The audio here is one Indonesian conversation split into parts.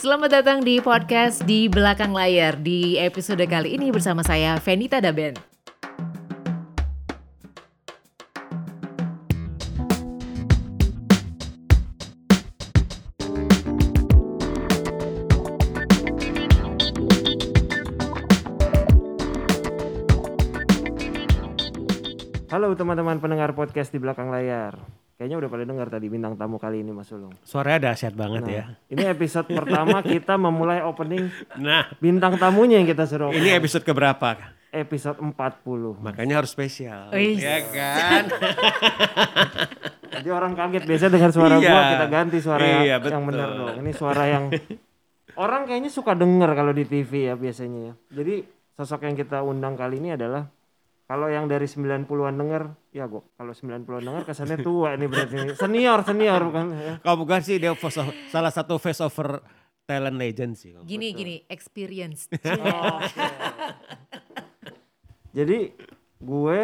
Selamat datang di podcast Di Belakang Layar. Di episode kali ini bersama saya Fenita Daben. Halo teman-teman pendengar podcast Di Belakang Layar. Kayaknya udah pada dengar tadi bintang tamu kali ini Mas Sulung. Suaranya dahsyat banget ya. Ini episode pertama kita memulai opening Nah, bintang tamunya yang kita suruh. ini episode keberapa? Episode 40. Makanya harus spesial. Wih. Ya kan? Jadi orang kaget biasa dengar suara Iya. gua, kita ganti suara Iya, yang betul. benar dong. Ini suara yang orang kayaknya suka denger kalau di TV ya biasanya ya. Jadi sosok yang kita undang kali ini adalah kalau yang dari 90-an denger, ya gua kalau 90-an denger kesannya tua ini berarti. Senior bukan ya. Kamu bukan sih dia salah satu face over talent legend sih. Gini, experience. Oke. Jadi gue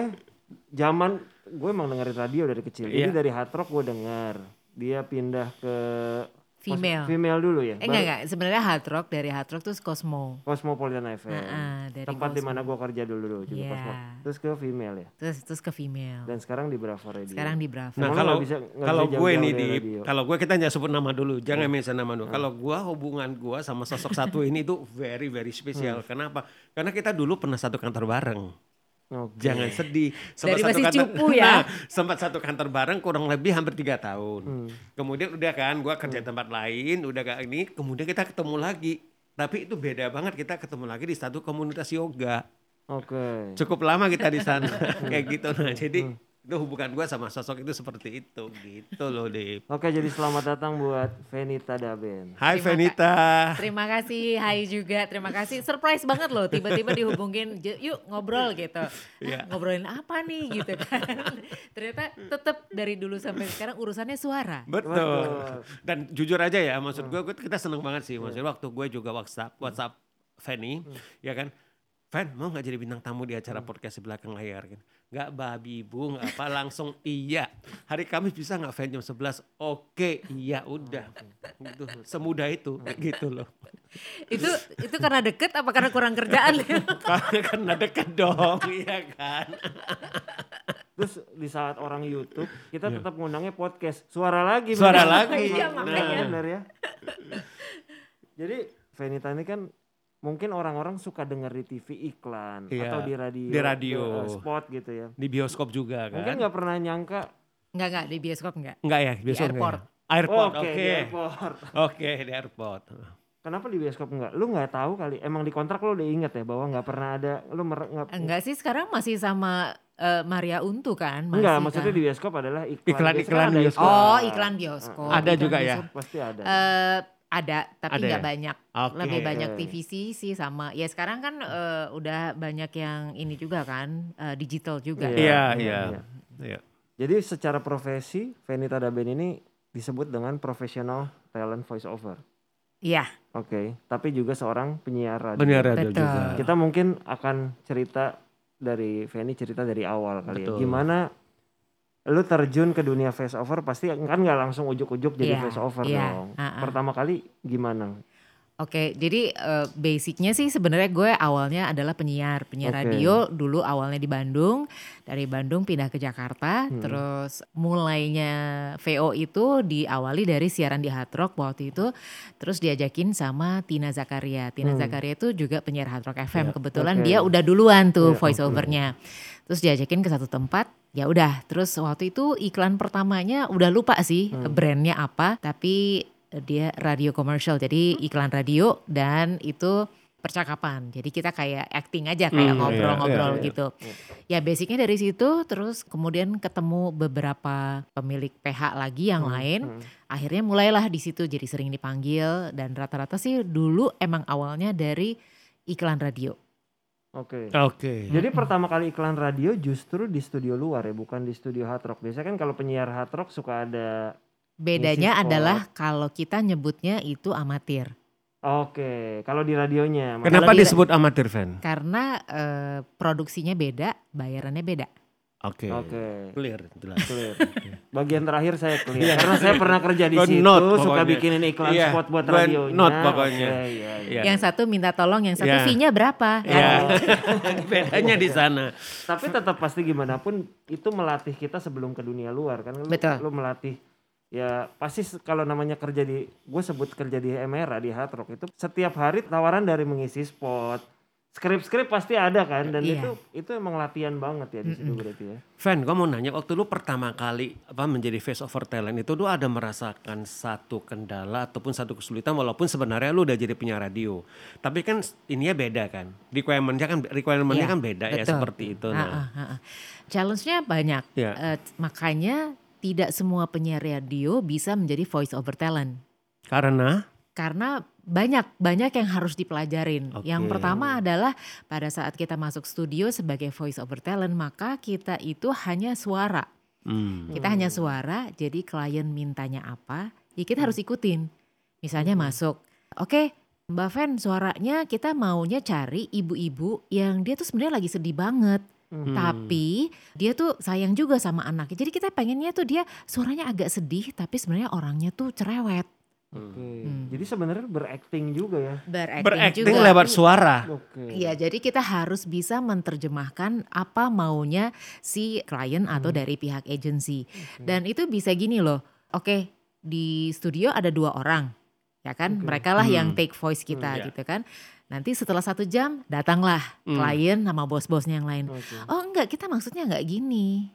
emang dengerin radio dari kecil. Jadi Iya. dari hard rock gue denger. Dia pindah ke Female. dulu ya. Enggak. Sebenarnya dari hard rock terus Cosmo. Cosmopolitan FM. Dari Tempat di Cosmo. mana gue kerja dulu juga Iya. Cosmo. Terus ke female ya. Terus ke female. Dan sekarang di Bravo Radio. Sekarang di Bravo. Nah, Emang kalau nggak bisa gue jauh-jauh ini dari radio? kalau gue kita jangan sebut nama dulu, jangan mention nama dulu. Kalau gue hubungan gue sama sosok satu ini tuh very very spesial. Kenapa? Karena kita dulu pernah satu kantor bareng. Oke. Jangan sedih. Dari masih cupu ya? Sempat satu kantor bareng kurang lebih hampir 3 tahun. Kemudian udah kan gue kerja tempat lain, udah gak ini. Kemudian kita ketemu lagi. Tapi itu beda banget kita ketemu lagi di satu komunitas yoga. Oke. Cukup lama kita di sana kayak gitu. Nah jadi itu hubungan gue sama sosok itu seperti itu gitu loh Dip. Oke, jadi selamat datang buat Fenita Daben. Hai Terima Fenita. Terima kasih, hai juga, terima kasih. Surprise banget loh, tiba-tiba dihubungin, yuk ngobrol gitu. Iya. Ngobrolin apa nih gitu kan. Ternyata tetap dari dulu sampai sekarang urusannya suara. Betul. Dan jujur aja ya, maksud gue kita seneng banget sih. Maksudnya waktu gue juga WhatsApp Fanny, ya kan. Fan, mau gak jadi bintang tamu di acara podcast Di Belakang Layar? Gitu. Gak babi bu, gak apa, langsung iya. Hari Kamis bisa gak Fan jam 11? Oke, iya udah. Gitu. Semudah itu, gitu loh. Itu karena deket apa karena kurang kerjaan? Karena deket dong, iya kan. Terus di saat orang YouTube kita tetap ngundangnya podcast. Suara lagi. Suara bener. lagi. Iya, makanya. Bener ya. Jadi Fenita ini kan mungkin orang-orang suka denger di TV iklan Iya, atau di radio. di radio. Spot gitu ya. Di bioskop juga kan. Mungkin gak pernah nyangka. Enggak, di bioskop enggak. Enggak ya, bioskop enggak airport. ya? Airport, Oke, oke. di airport. Oke, di airport. Kenapa di bioskop enggak? Lu gak tahu kali. Emang di kontrak lu udah inget ya bahwa gak pernah ada. Lu Enggak sih, sekarang masih sama Maria Untu kan? Masih Enggak, kan? maksudnya di bioskop adalah iklan. Iklan Biasanya ada bioskop. Oh, iklan bioskop. Ada Iklan juga ya? bioskop. Pasti ada. Ada, tapi Ada nggak ya? banyak. Oke. Lebih banyak TVC sih sama. Ya sekarang kan udah banyak yang ini juga kan, digital juga. Iya. Iya. Jadi secara profesi Fenita Daben ini disebut dengan professional talent voice over. Iya, Oke, tapi juga seorang penyiar radio. Benar ada Betul. juga. Kita mungkin akan cerita dari awal kali ya. Betul. Gimana lu terjun ke dunia voice over, pasti kan nggak langsung ujuk-ujuk jadi Iya, voice over iya, dong. uh-uh. Pertama kali gimana? Oke, jadi basicnya sih sebenarnya gue awalnya adalah penyiar Oke. radio dulu awalnya di Bandung, dari Bandung pindah ke Jakarta, terus mulainya VO itu diawali dari siaran di Hard Rock waktu itu, terus diajakin sama Tina Zakaria. Tina Zakaria itu juga penyiar Hard Rock FM, kebetulan Oke. dia udah duluan tuh Iya, voice overnya, terus diajakin ke satu tempat. Ya udah, terus waktu itu iklan pertamanya udah lupa sih brandnya apa, tapi dia radio komersial, jadi iklan radio dan itu percakapan. Jadi kita kayak acting aja, kayak ngobrol-ngobrol iya. gitu. Ya basicnya dari situ, terus kemudian ketemu beberapa pemilik PH lagi yang lain. Akhirnya mulailah di situ jadi sering dipanggil dan rata-rata sih dulu emang awalnya dari iklan radio. Oke. Oke. Jadi pertama kali iklan radio justru di studio luar ya, bukan di studio Hard Rock. Biasanya kan kalau penyiar Hard Rock suka ada. Bedanya Ngisi spot. adalah kalau kita nyebutnya itu amatir. Oke, kalau di radionya. Kenapa Kalau di- disebut amatir fan? Karena produksinya beda, bayarannya beda. Oke. Oke. Clear, jelas. Clear. Bagian terakhir saya clear karena saya pernah kerja di Gua situ, note suka pokoknya. bikinin iklan Iya, spot buat gua radionya. note pokoknya. Oke, iya. Iya. Yang satu minta tolong, yang satu Iya. fee-nya berapa? Iya. Bedanya di sana. Tapi tetap pasti gimana pun itu melatih kita sebelum ke dunia luar kan. Betul. Lu melatih ya pasti kalau namanya kerja di, gue sebut kerja di Emera di Hard Rock itu setiap hari tawaran dari mengisi spot. Skrip-skrip pasti ada kan dan Iya. itu emang latihan banget ya di situ berarti ya. Van, gue mau nanya waktu lu pertama kali menjadi face over talent itu lu ada merasakan satu kendala ataupun satu kesulitan walaupun sebenarnya lu udah jadi penyiar radio. Tapi kan ininya beda kan. Requirement-nya Iya, kan beda ya betul. seperti itu. Nah, Challenge-nya banyak. Iya. Makanya tidak semua penyiar radio bisa menjadi voice over talent. Karena banyak yang harus dipelajarin. Oke. Yang pertama adalah pada saat kita masuk studio sebagai voice over talent, maka kita itu hanya suara. Kita hanya suara, jadi klien mintanya apa, ya kita harus ikutin. Misalnya masuk, oke Mbak Ven suaranya kita maunya cari ibu-ibu yang dia tuh sebenarnya lagi sedih banget. Tapi dia tuh sayang juga sama anaknya. Jadi kita pengennya tuh dia suaranya agak sedih tapi sebenarnya orangnya tuh cerewet. Oke. Jadi sebenarnya berakting juga ya. Berakting juga. lewat suara. Oke. Iya, jadi kita harus bisa menerjemahkan apa maunya si klien atau dari pihak agensi. Dan itu bisa gini loh, oke di studio ada 2 orang, ya kan? Mereka lah yang take voice kita Iya. gitu kan. Nanti setelah 1 jam datanglah klien sama bos-bosnya yang lain. Oke. Oh enggak, kita maksudnya enggak gini.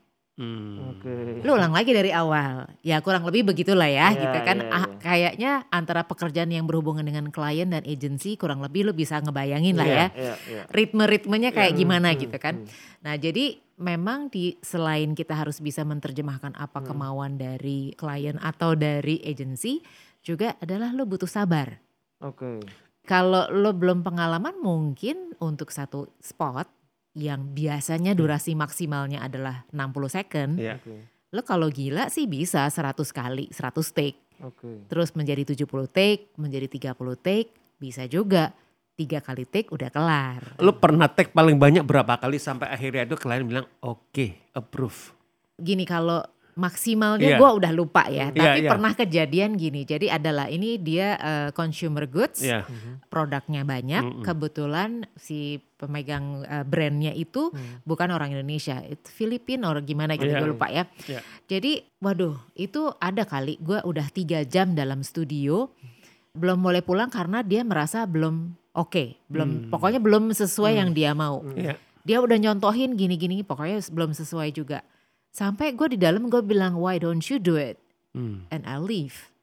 Oke. Lu ulang lagi dari awal. Ya kurang lebih begitulah ya Iya, gitu kan. iya, iya. Kayaknya antara pekerjaan yang berhubungan dengan klien dan agensi kurang lebih lu bisa ngebayangin lah ya. Iya. Ritme-ritmenya kayak gimana gitu kan. Nah jadi memang selain kita harus bisa menerjemahkan apa kemauan dari klien atau dari agensi, juga adalah lo butuh sabar. Oke. Kalau lo belum pengalaman mungkin untuk satu spot yang biasanya durasi maksimalnya adalah 60 second, Iya. Oke. lo kalau gila sih bisa 100 kali, 100 take. Oke. Terus menjadi 70 take, menjadi 30 take, bisa juga 3 kali take udah kelar. Lu pernah take paling banyak berapa kali sampai akhirnya itu klien bilang oke, approve. Gini kalau maksimalnya Iya. gue udah lupa ya, Iya, tapi iya. pernah kejadian gini. Jadi adalah ini dia consumer goods, Iya. produknya banyak. Kebetulan si pemegang brandnya itu bukan orang Indonesia, itu Filipina orang gimana gitu, Iya. gue lupa ya. Iya. Jadi waduh itu ada kali gue udah 3 jam dalam studio, belum boleh pulang karena dia merasa belum oke, pokoknya belum sesuai yang dia mau. Iya. Dia udah nyontohin gini-gini, pokoknya belum sesuai juga. Sampai gue di dalam gue bilang, why don't you do it? And I'll leave.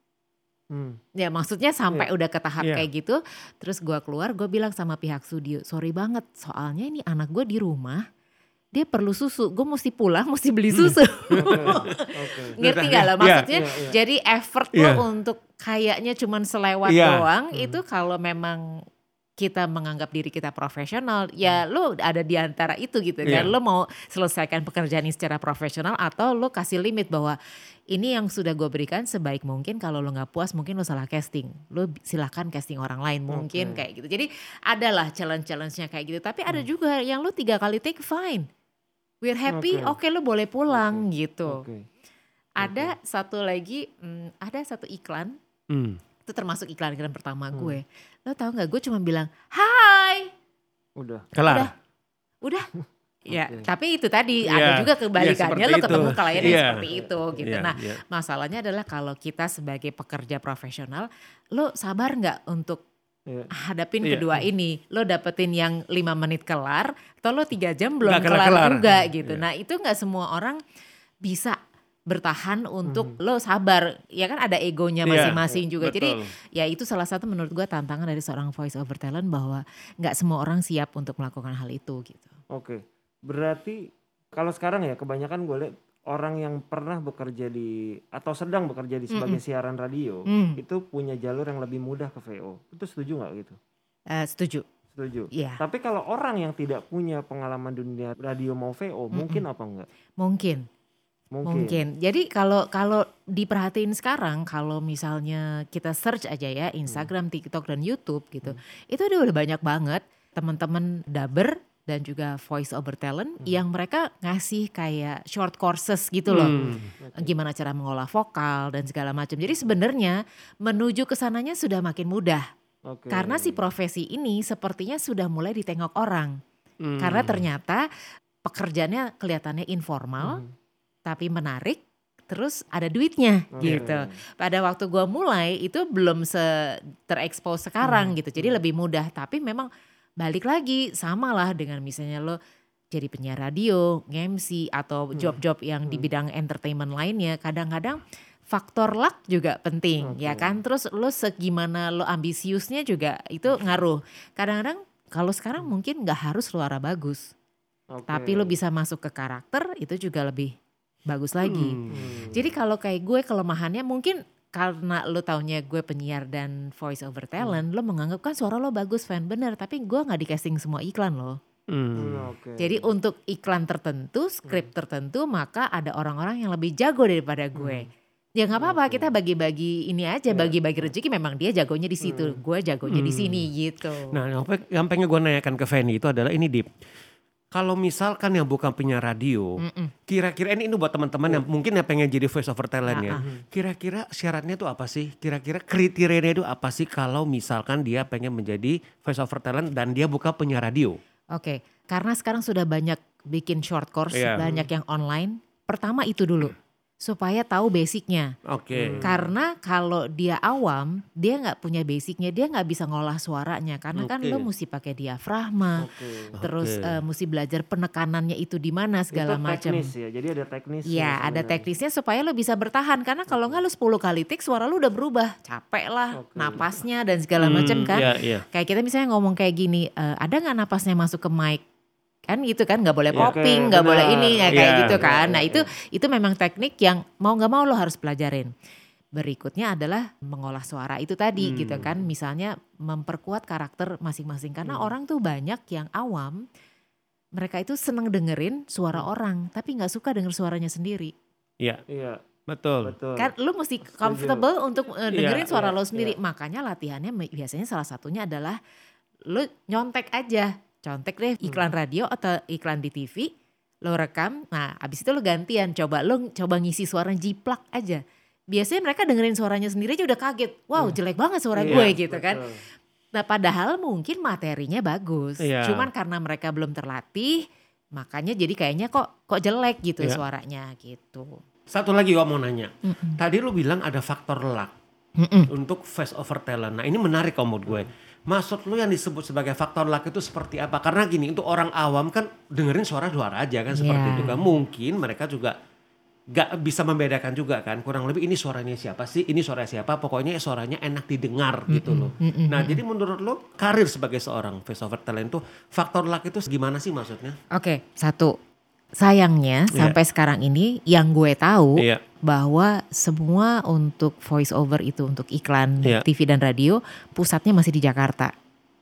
Ya maksudnya sampai udah ke tahap Iya. kayak gitu. Terus gue keluar, gue bilang sama pihak studio, sorry banget soalnya ini anak gue di rumah, dia perlu susu, gue mesti pulang, mesti beli susu. Oke. Ngerti gak lo Iya. maksudnya? Iya. Jadi effort Iya. lo untuk kayaknya cuman selewat Iya. doang, itu kalau memang kita menganggap diri kita profesional, ya lo ada di antara itu gitu kan. Iya. Lo mau selesaikan pekerjaan ini secara profesional atau lo kasih limit bahwa ini yang sudah gue berikan sebaik mungkin, kalau lo gak puas mungkin lo salah casting. Lo silahkan casting orang lain mungkin kayak gitu. Jadi adalah challenge-challenge-nya kayak gitu. Tapi ada juga yang lo 3 kali take fine. We're happy, oke lo boleh pulang gitu. Oke. Ada satu lagi, ada satu iklan, itu termasuk iklan-iklan pertama gue. Lo tau gak, gue cuma bilang, hai, Udah. Kelar. udah. Ya, Oke. tapi itu tadi Iya. ada juga Iya, kebalikannya, seperti lo ketemu itu. klien yang Iya. seperti itu gitu. Iya, Nah iya. masalahnya adalah kalau kita sebagai pekerja profesional, lo sabar gak untuk Iya. hadapin Iya. kedua ini? Lo dapetin yang 5 menit kelar, atau lo 3 jam belum Nggak kelar kelar-kelar. juga gitu. Iya. Nah itu gak semua orang bisa bertahan untuk lo sabar, ya kan ada egonya Iya, masing-masing juga. Jadi betul. ya itu salah satu menurut gue tantangan dari seorang voice over talent, bahwa nggak semua orang siap untuk melakukan hal itu gitu. Oke. Berarti kalau sekarang ya kebanyakan gue lihat orang yang pernah bekerja di atau sedang bekerja di sebagai siaran radio itu punya jalur yang lebih mudah ke VO. Itu setuju nggak gitu? Setuju. Setuju. Iya. Tapi kalau orang yang tidak punya pengalaman dunia radio mau VO, mungkin apa enggak? Mungkin. Jadi kalau diperhatiin sekarang, kalau misalnya kita search aja ya Instagram, TikTok dan YouTube gitu, itu udah banyak banget teman-teman dubber dan juga voice over talent yang mereka ngasih kayak short courses gitu loh. Gimana cara mengolah vokal dan segala macam. Jadi sebenarnya menuju ke sananya sudah makin mudah. Karena si profesi ini sepertinya sudah mulai ditengok orang. Karena ternyata pekerjaannya kelihatannya informal tapi menarik. Terus ada duitnya gitu. Pada waktu gue mulai itu belum terekspos sekarang gitu. Jadi lebih mudah. Tapi memang balik lagi sama lah dengan misalnya lo jadi penyiar radio, nge-MC atau job-job yang di bidang entertainment lainnya. Kadang-kadang faktor luck juga penting ya kan. Terus lo segimana lo ambisiusnya juga itu ngaruh. Kadang-kadang kalau sekarang mungkin gak harus suara bagus. Tapi lo bisa masuk ke karakter itu juga lebih bagus lagi. Jadi kalau kayak gue kelemahannya mungkin karena lo taunya gue penyiar dan voice over talent, lo menganggap kan suara lo bagus Van, bener. Tapi gue gak di casting semua iklan lo. Jadi untuk iklan tertentu, skrip tertentu maka ada orang-orang yang lebih jago daripada gue. Ya gak apa-apa kita bagi-bagi ini aja, bagi-bagi rezeki memang dia jagonya di situ, gue jagonya di sini gitu. Nah yang pengen gue nanyakan ke Fanny itu adalah ini Dip. Kalau misalkan yang bukan penyiar radio, kira-kira ini buat teman-teman yang mungkin yang pengen jadi voice over talent ya. Kira-kira syaratnya itu apa sih? Kira-kira kriterianya itu apa sih kalau misalkan dia pengen menjadi voice over talent dan dia bukan penyiar radio? Oke, karena sekarang sudah banyak bikin short course, banyak yang online. Pertama itu dulu. Supaya tahu basicnya. Karena kalau dia awam, dia nggak punya basicnya, dia nggak bisa ngolah suaranya. Karena kan lo mesti pakai diafragma, terus mesti belajar penekanannya itu di mana segala macam. Itu teknis ya, jadi ada teknisnya. Ya ada teknisnya supaya lo bisa bertahan. Karena kalau nggak lo 10 kali take suara lo udah berubah, capek lah, napasnya dan segala macam kan. Kayak kita misalnya ngomong kayak gini, ada nggak napasnya masuk ke mic? Kan gitu kan nggak boleh popping, nggak boleh ini ya kayak gitu kan. Nah itu memang teknik yang mau nggak mau lo harus pelajarin. Berikutnya adalah mengolah suara itu tadi gitu kan. Misalnya memperkuat karakter masing-masing karena orang tuh banyak yang awam. Mereka itu seneng dengerin suara orang tapi nggak suka denger suaranya sendiri. Iya. Betul. Kan lo mesti comfortable untuk dengerin suara lo sendiri. Makanya latihannya biasanya salah satunya adalah lo nyontek aja. Contek deh iklan radio atau iklan di TV, lo rekam, nah abis itu lo gantian, coba ngisi suara jiplak aja. Biasanya mereka dengerin suaranya sendiri aja udah kaget, wow jelek banget suara gue gitu kan. Nah padahal mungkin materinya bagus, cuman karena mereka belum terlatih, makanya jadi kayaknya kok jelek gitu suaranya gitu. Satu lagi gue mau nanya, tadi lo bilang ada faktor luck untuk voice over talent, nah ini menarik menurut gue. Maksud lu yang disebut sebagai faktor luck itu seperti apa? Karena gini, untuk orang awam kan dengerin suara aja kan seperti itu kan. Mungkin mereka juga gak bisa membedakan juga kan. Kurang lebih ini suaranya siapa sih? Ini suara siapa? Pokoknya suaranya enak didengar gitu loh. Nah jadi menurut lu karir sebagai seorang voice over talent itu faktor luck itu gimana sih maksudnya? Oke, satu. Sayangnya sampai sekarang ini yang gue tahu bahwa semua untuk voice over itu untuk iklan TV dan radio pusatnya masih di Jakarta.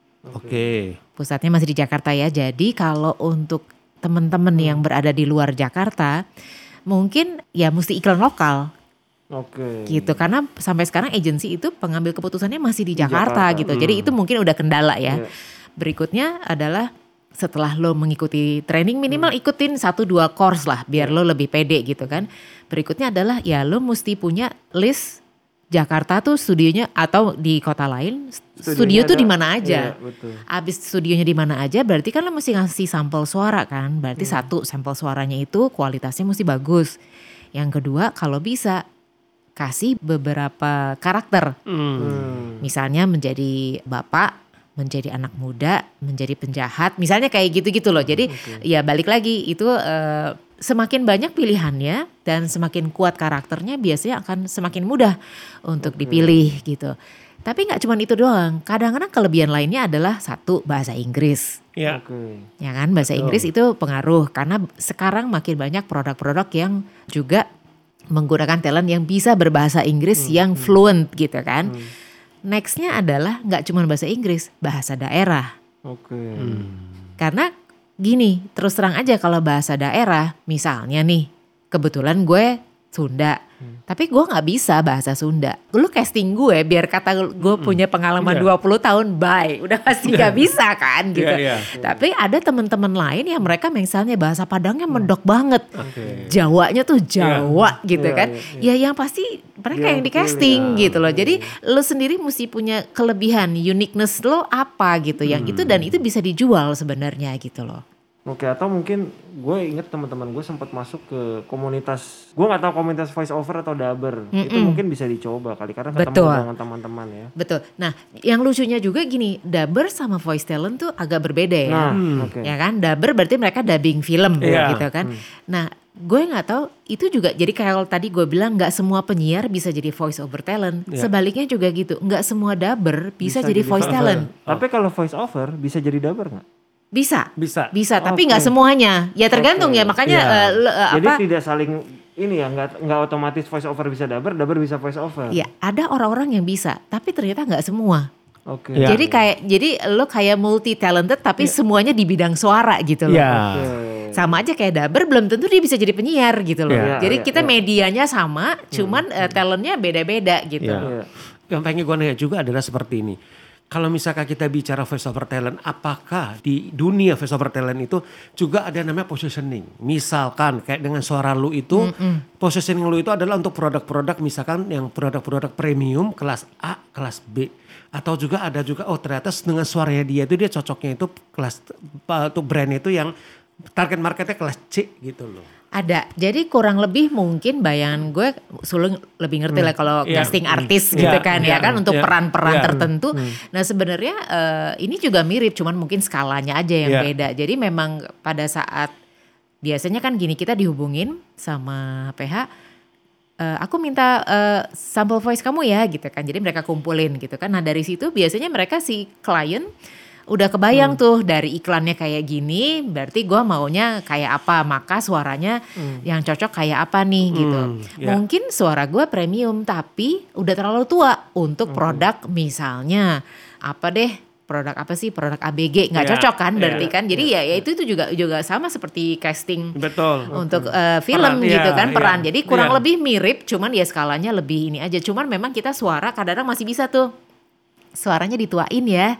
Pusatnya masih di Jakarta ya. Jadi kalau untuk teman-teman yang berada di luar Jakarta mungkin ya mesti iklan lokal. Gitu karena sampai sekarang agensi itu pengambil keputusannya masih di Jakarta gitu. Jadi itu mungkin udah kendala ya. Berikutnya adalah setelah lo mengikuti training minimal ikutin 1-2 course lah biar lo lebih pede gitu kan. Berikutnya adalah ya lo mesti punya list Jakarta tuh studionya atau di kota lain studio tuh di mana aja. Abis studionya di mana aja berarti kan lo mesti ngasih sampel suara kan. Berarti satu sampel suaranya itu kualitasnya mesti bagus. Yang kedua kalau bisa kasih beberapa karakter. Misalnya menjadi bapak, menjadi anak muda, menjadi penjahat, misalnya kayak gitu-gitu loh. Jadi ya balik lagi itu semakin banyak pilihannya dan semakin kuat karakternya biasanya akan semakin mudah untuk dipilih gitu. Tapi nggak cuma itu doang, kadang-kadang kelebihan lainnya adalah satu bahasa Inggris. Ya kan bahasa Inggris itu pengaruh karena sekarang makin banyak produk-produk yang juga menggunakan talent yang bisa berbahasa Inggris yang fluent gitu kan. Nextnya adalah nggak cuma bahasa Inggris, bahasa daerah. Karena gini, terus terang aja kalau bahasa daerah, misalnya nih, kebetulan gue Sunda, Tapi gue nggak bisa bahasa Sunda. Lu casting gue biar kata gue punya pengalaman 20 tahun, bye. Udah pasti nggak bisa kan gitu. Tapi ada teman-teman lain yang mereka misalnya bahasa Padangnya mendok banget. Jawanya tuh Jawa gitu kan. Ya yang pasti mereka yang di casting gitu loh. Jadi lu sendiri mesti punya kelebihan, uniqueness lo apa gitu. Yang itu dan itu bisa dijual sebenarnya gitu loh. Oke, atau mungkin gue inget teman-teman gue sempat masuk ke komunitas, gue nggak tahu komunitas voice over atau dubber, itu mungkin bisa dicoba kali karena ketemu dengan teman-teman ya. Betul. Nah, yang lucunya juga gini, dubber sama voice talent tuh agak berbeda ya. Ya kan, dubber berarti mereka dubbing film gitu kan. Nah, gue nggak tahu itu juga jadi kalau tadi gue bilang nggak semua penyiar bisa jadi voice over talent. Sebaliknya juga gitu, nggak semua dubber bisa jadi voice talent. Tapi kalau voice over bisa jadi dubber nggak? Bisa, tapi nggak semuanya. Ya tergantung ya, makanya jadi tidak saling ini ya, nggak otomatis voice over bisa dubber bisa voice over. Ya, ada orang-orang yang bisa, tapi ternyata nggak semua. Oke. Jadi lo kayak multi talented tapi semuanya di bidang suara gitu loh. Sama aja kayak dubber belum tentu dia bisa jadi penyiar gitu loh. Jadi kita medianya sama, cuman talentnya beda-beda gitu. Yang pengen gue nanya juga adalah seperti ini. Kalau misalkan kita bicara voice over talent, apakah di dunia voice over talent itu juga ada namanya positioning? Misalkan kayak dengan suara lu itu, positioning lu itu adalah untuk produk-produk misalkan yang produk-produk premium kelas A, kelas B. Atau juga ada juga, oh ternyata dengan suaranya dia cocoknya itu kelas, untuk brandnya itu yang target marketnya kelas C gitu loh. Ada, jadi kurang lebih mungkin bayangan gue, Sulung lebih ngerti lah kalau casting artis gitu kan ya kan untuk peran-peran tertentu. Nah sebenarnya ini juga mirip, cuman mungkin skalanya aja yang beda. Jadi memang pada saat biasanya kan gini, kita dihubungin sama PH, aku minta sampel voice kamu ya gitu kan. Jadi mereka kumpulin gitu kan. Nah dari situ biasanya mereka si klien udah kebayang tuh dari iklannya kayak gini, berarti gue maunya kayak apa, maka suaranya yang cocok kayak apa nih gitu. Mungkin suara gue premium tapi udah terlalu tua untuk produk misalnya apa deh, produk apa sih, produk ABG nggak cocok kan berarti kan. Jadi ya itu juga sama seperti casting untuk film gitu kan, peran. Jadi kurang lebih mirip, cuman ya skalanya lebih ini aja. Cuman memang kita suara kadang-kadang masih bisa tuh suaranya dituain ya,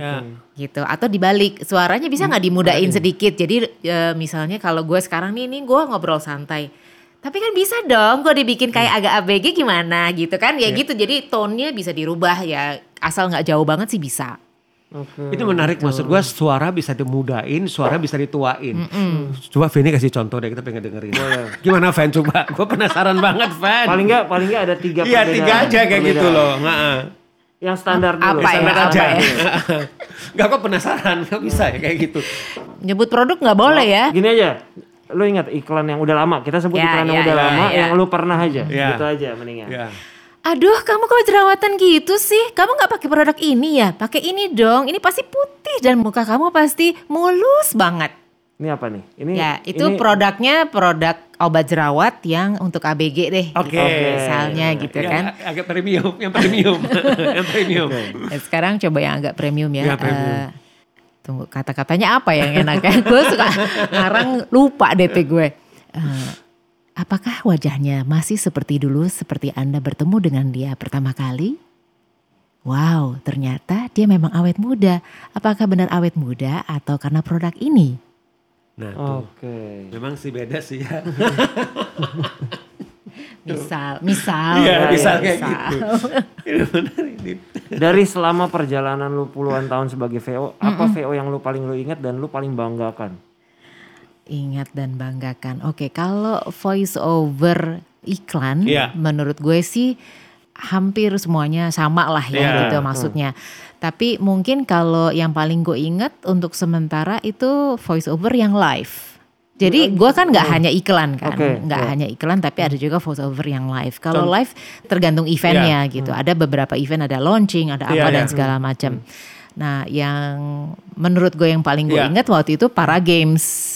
gitu. Atau dibalik, suaranya bisa nggak dimudain sedikit. Jadi misalnya kalau gue sekarang nih gue ngobrol santai, tapi kan bisa dong gue dibikin kayak agak ABG gimana gitu kan, ya gitu. Jadi tone-nya bisa dirubah ya, asal nggak jauh banget sih bisa. Itu menarik, maksud gue suara bisa dimudain, suara bisa dituain. Coba Fanny kasih contoh deh, kita pengen dengerin. Gimana Fan, coba, gue penasaran banget Fan. Paling nggak ada 3 Iya 3 aja kayak gitu loh. Yang standar dulu. Standar aja. Gak, kok penasaran, gak bisa ya kayak gitu. Nyebut produk gak boleh ya. Gini aja, lu ingat iklan yang udah lama, kita sebut iklan yang udah lama, yang lu pernah aja. Gitu aja mendingan. Aduh, kamu kok jerawatan gitu sih? Kamu gak pakai produk ini ya? Pakai ini dong, ini pasti putih dan muka kamu pasti mulus banget. Ini apa nih? Itu produknya produk obat jerawat yang untuk ABG deh. Misalnya gitu kan. Agak premium, yang premium. Sekarang coba yang agak premium ya. Tunggu, kata-katanya apa yang enak ya? Gue suka ngarang lupa DP gue. Apakah wajahnya masih seperti dulu, seperti Anda bertemu dengan dia pertama kali? Wow, ternyata dia memang awet muda. Apakah benar awet muda atau karena produk ini? Nah tuh, memang sih beda sih ya. misal kayak gitu. Dari selama perjalanan lu puluhan tahun sebagai VO, apa VO yang lu paling ingat dan lu paling banggakan? Ingat dan banggakan. Oke, kalau voice over iklan, menurut gue sih hampir semuanya sama lah ya gitu maksudnya. Tapi mungkin kalau yang paling gue ingat untuk sementara itu voice over yang live. Jadi gue kan nggak hanya iklan kan, hanya iklan tapi ada juga voice over yang live. Kalau live tergantung eventnya gitu. Ada beberapa event, ada launching, ada apa dan segala macam. Nah yang menurut gue yang paling gue ingat waktu itu Para Games.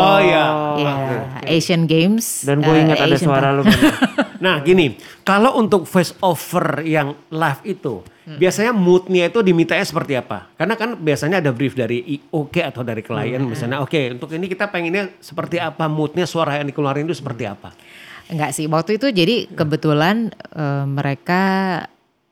Asian Games. Dan gue ingat ada suara lu. Nah gini, kalau untuk voice over yang live itu, biasanya moodnya itu dimintanya seperti apa? Karena kan biasanya ada brief dari IOK atau dari klien, misalnya untuk ini kita pengennya seperti apa, moodnya suara yang dikeluarin itu seperti apa? Enggak sih, waktu itu jadi kebetulan mereka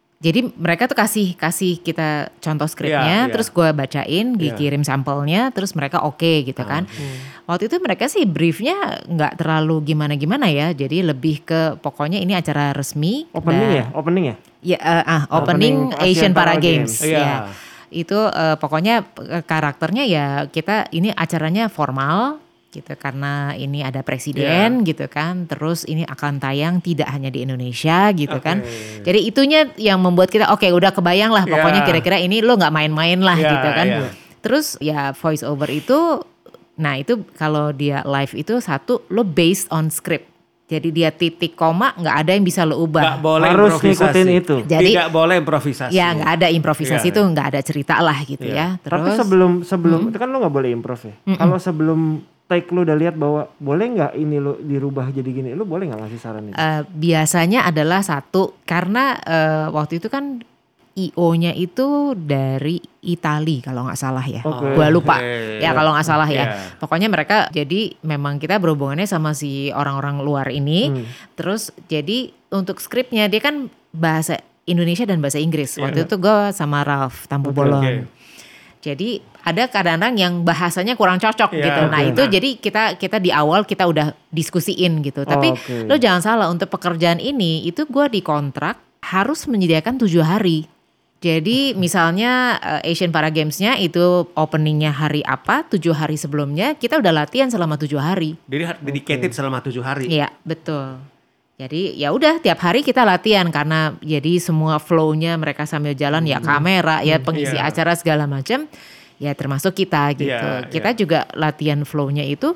tuh kasih kita contoh skripnya, terus gue bacain, dikirim sampelnya, terus mereka oke gitu kan. Waktu itu mereka sih briefnya nggak terlalu gimana-gimana ya, jadi lebih ke pokoknya ini acara resmi. Opening ya? Ya, opening Asian Para Games. Ya. Itu pokoknya karakternya ya kita ini acaranya formal gitu karena ini ada presiden gitu kan, terus ini akan tayang tidak hanya di Indonesia gitu kan, jadi itunya yang membuat kita oke, udah kebayang lah pokoknya kira-kira ini lo nggak main-main lah gitu kan. Terus ya voice over itu, nah itu kalau dia live itu satu lo based on script. Jadi dia titik koma nggak ada yang bisa lo ubah. Nggak boleh harus improvisasi. ngikutin itu. Jadi tidak boleh improvisasi. Ya nggak ada improvisasi itu nggak ada cerita lah gitu ya. Terus, tapi sebelum itu kan lo nggak boleh improv ya. Kalau sebelum take lu udah lihat bahwa boleh nggak ini lo dirubah jadi gini, lu boleh nggak ngasih saran itu? Biasanya adalah satu karena waktu itu kan IO-nya itu dari Itali kalau nggak salah ya, gue lupa ya kalau nggak salah ya. Pokoknya mereka jadi memang kita berhubungannya sama si orang-orang luar ini. Terus jadi untuk skripnya dia kan bahasa Indonesia dan bahasa Inggris. Waktu itu gue sama Ralph Tampu Bolon. Jadi ada kadang-kadang yang bahasanya kurang cocok gitu. Nah itu jadi kita di awal kita udah diskusiin gitu. Tapi lo jangan salah, untuk pekerjaan ini itu gue dikontrak harus menyediakan 7 hari. Jadi misalnya Asian Para Games-nya itu openingnya hari apa, 7 hari sebelumnya kita udah latihan selama 7 hari. Jadi dedicated selama 7 hari. Iya betul. Jadi ya udah tiap hari kita latihan karena jadi semua flow-nya mereka sambil jalan ya kamera ya pengisi acara segala macam ya termasuk kita gitu. Kita juga latihan flow-nya itu.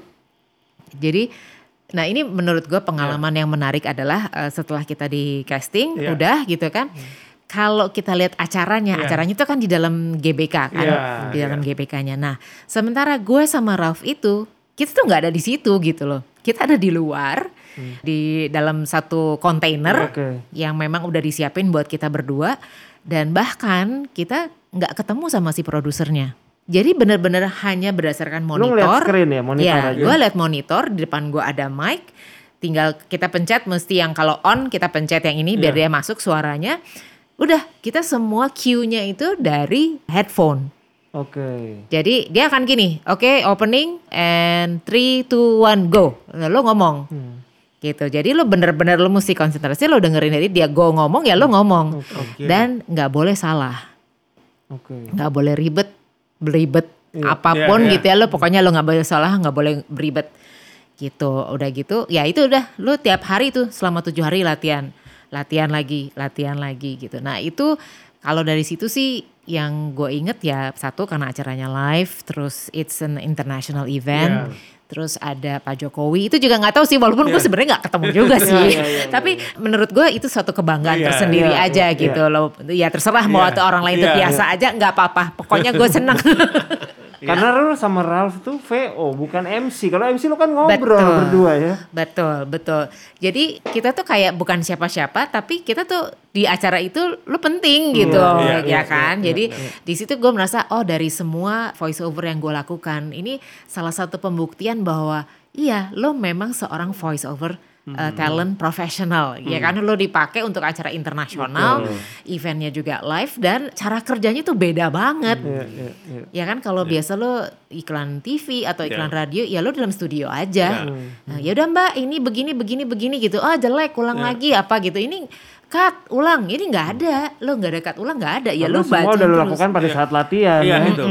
Jadi nah ini menurut gue pengalaman yang menarik adalah setelah kita di casting udah gitu kan. Kalau kita lihat acaranya itu kan di dalam GBK kan, di dalam GBK-nya. Nah, sementara gue sama Ralph itu kita tuh nggak ada di situ gitu loh. Kita ada di luar. Di dalam satu kontainer yang memang udah disiapin buat kita berdua, dan bahkan kita nggak ketemu sama si produsernya. Jadi benar-benar hanya berdasarkan monitor. Lu ngeliat screen ya, monitor aja. Gue liat monitor, di depan gue ada mic, tinggal kita pencet, mesti yang kalau on kita pencet yang ini biar dia masuk suaranya. Udah, kita semua cue-nya itu dari headphone. Jadi dia akan gini, opening and 3, 2, 1 go. Lo ngomong. Gitu. Jadi lo bener-bener lo mesti konsentrasi, lo dengerin dari dia go ngomong ya lo ngomong. Dan gak boleh salah. Gak boleh ribet apapun gitu ya, lo pokoknya lo gak boleh salah, gak boleh beribet gitu. Udah gitu ya itu udah lo tiap hari tuh selama 7 hari latihan lagi gitu. Nah itu kalau dari situ sih yang gue inget ya, satu karena acaranya live, terus it's an international event. Terus ada Pak Jokowi, itu juga nggak tahu sih, walaupun gue sebenarnya nggak ketemu juga sih. Tapi menurut gue itu suatu kebanggaan tersendiri aja gitu loh. Ya terserah mau atau orang lain itu biasa aja, nggak apa-apa. Pokoknya gue senang. Karena lu sama Ralph tuh VO bukan MC. Kalau MC lu kan ngobrol berdua ya. Betul. Jadi kita tuh kayak bukan siapa-siapa, tapi kita tuh di acara itu lu penting gitu, ya kan. Jadi di situ gue merasa dari semua voice over yang gue lakukan, ini salah satu pembuktian bahwa iya lo memang seorang voice over talent profesional, ya kan, lo dipakai untuk acara internasional, eventnya juga live dan cara kerjanya tuh beda banget, ya kan. Kalau biasa lo iklan TV atau iklan radio, ya lo dalam studio aja, nah, ya udah mbak ini begini gitu, jelek ulang lagi apa gitu, ini cut ulang, ini nggak ada, lo nggak ada cut ulang nggak ada, ya lo baca semua udah lo terus. lakukan pada saat latihan.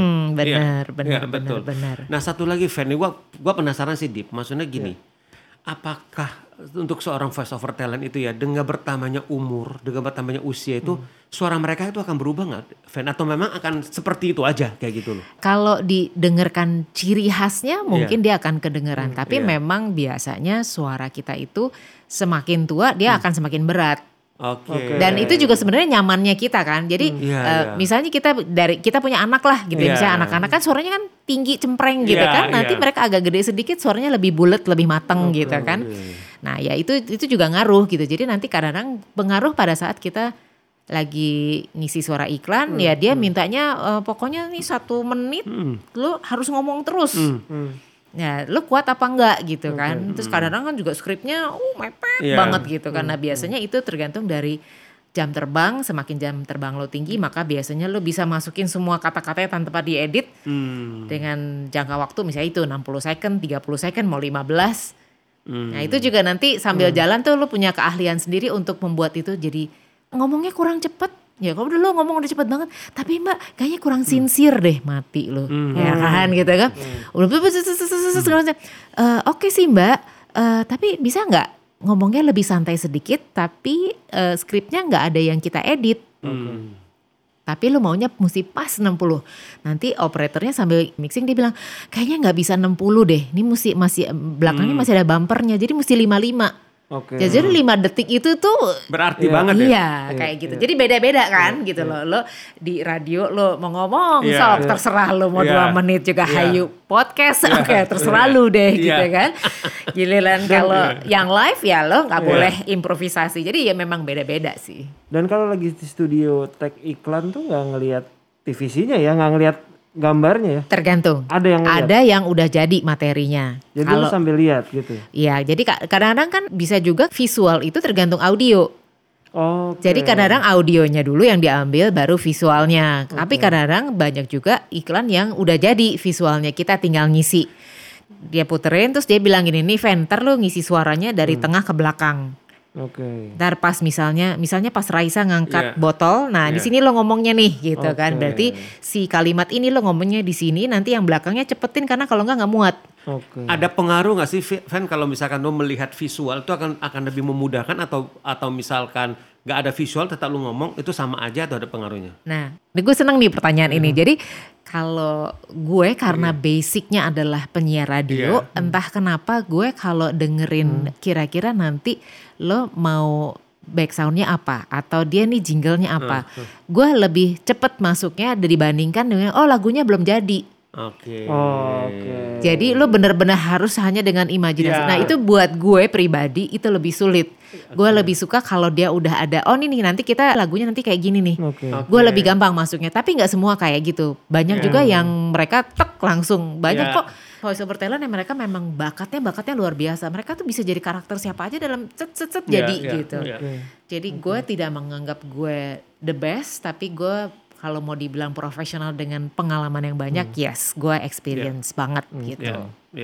Benar. Nah satu lagi Fanny, gua penasaran sih Dip, maksudnya gini, apakah untuk seorang voice over talent itu ya, dengan bertambahnya umur, dengan bertambahnya usia itu, suara mereka itu akan berubah nggak, Fan? Atau memang akan seperti itu aja kayak gitu loh? Kalau didengarkan ciri khasnya mungkin dia akan kedengeran, tapi memang biasanya suara kita itu semakin tua dia akan semakin berat. Dan itu juga sebenarnya nyamannya kita kan. Jadi misalnya kita punya anak lah gitu ya. Misalnya anak-anak kan suaranya kan tinggi cempreng gitu kan. Nanti mereka agak gede sedikit suaranya lebih bulat, lebih mateng gitu kan. Nah ya itu juga ngaruh gitu. Jadi nanti kadang-kadang pengaruh pada saat kita lagi ngisi suara iklan, ya dia mintanya pokoknya nih 1 menit lo harus ngomong terus. Ya, lu kuat apa enggak gitu kan. Terus kadang-kadang kan juga skripnya mepet banget gitu kan. Nah, biasanya itu tergantung dari jam terbang. Semakin jam terbang lo tinggi, maka biasanya lo bisa masukin semua kata-katanya tanpa diedit dengan jangka waktu misalnya itu 60 second, 30 second, mau 15. Nah, itu juga nanti sambil jalan tuh lo punya keahlian sendiri untuk membuat itu jadi ngomongnya kurang cepet. Ya kalau udah lo ngomong udah cepet banget, tapi Mbak kayaknya kurang sincere deh, mati lo, ya kan gitu kan. Udah oke sih Mbak, tapi bisa nggak ngomongnya lebih santai sedikit, tapi skripnya nggak ada yang kita edit. Tapi lo maunya mesti pas 60. Nanti operatornya sambil mixing dia bilang kayaknya nggak bisa 60 deh, ini masih belakangnya masih ada bumpernya, jadi mesti 55. Jadi 5 detik itu tuh berarti banget ya. Iya, kayak gitu. Jadi beda-beda kan gitu loh. Lo di radio lo mau ngomong sok terserah lo mau 2 menit juga hayu podcast. Oke, terserah lo deh gitu kan. Giliran kalau yang live ya lo nggak boleh improvisasi. Jadi ya memang beda-beda sih. Dan kalau lagi di studio tag iklan tuh nggak ngelihat TVC-nya ya, nggak ngelihat gambarnya ya? Tergantung. Ada yang udah jadi materinya. Jadi lu sambil lihat gitu? Iya, jadi kadang-kadang kan bisa juga visual itu tergantung audio. Jadi kadang-kadang audionya dulu yang diambil baru visualnya. Tapi kadang-kadang banyak juga iklan yang udah jadi visualnya, kita tinggal ngisi. Dia puterin terus dia bilang gini, nih Ven, ntar lu ngisi suaranya dari tengah ke belakang. Ntar pas misalnya pas Raisa ngangkat botol, nah di sini lo ngomongnya nih gitu kan. Berarti si kalimat ini lo ngomongnya di sini, nanti yang belakangnya cepetin karena kalau nggak muat. Ada pengaruh nggak sih Ven kalau misalkan lo melihat visual itu akan lebih memudahkan atau misalkan nggak ada visual tetap lo ngomong itu sama aja atau ada pengaruhnya? Nah, gue seneng nih pertanyaan ini. Jadi kalau gue karena basicnya adalah penyiar radio, entah kenapa gue kalau dengerin kira-kira nanti lo mau back soundnya apa atau dia nih jinglenya apa, gue lebih cepet masuknya dibandingkan dengan lagunya belum jadi. Jadi lo benar-benar harus hanya dengan imajinasi. Nah itu buat gue pribadi itu lebih sulit. Gue lebih suka kalau dia udah ada, nih nanti kita lagunya nanti kayak gini nih. Gue lebih gampang masuknya. Tapi nggak semua kayak gitu. Banyak juga yang mereka langsung. Banyak kok voice over talent yang mereka memang bakatnya luar biasa. Mereka tuh bisa jadi karakter siapa aja dalam set jadi gitu. Jadi gue tidak menganggap gue the best, tapi gue kalau mau dibilang profesional dengan pengalaman yang banyak, yes, gue experience banget gitu.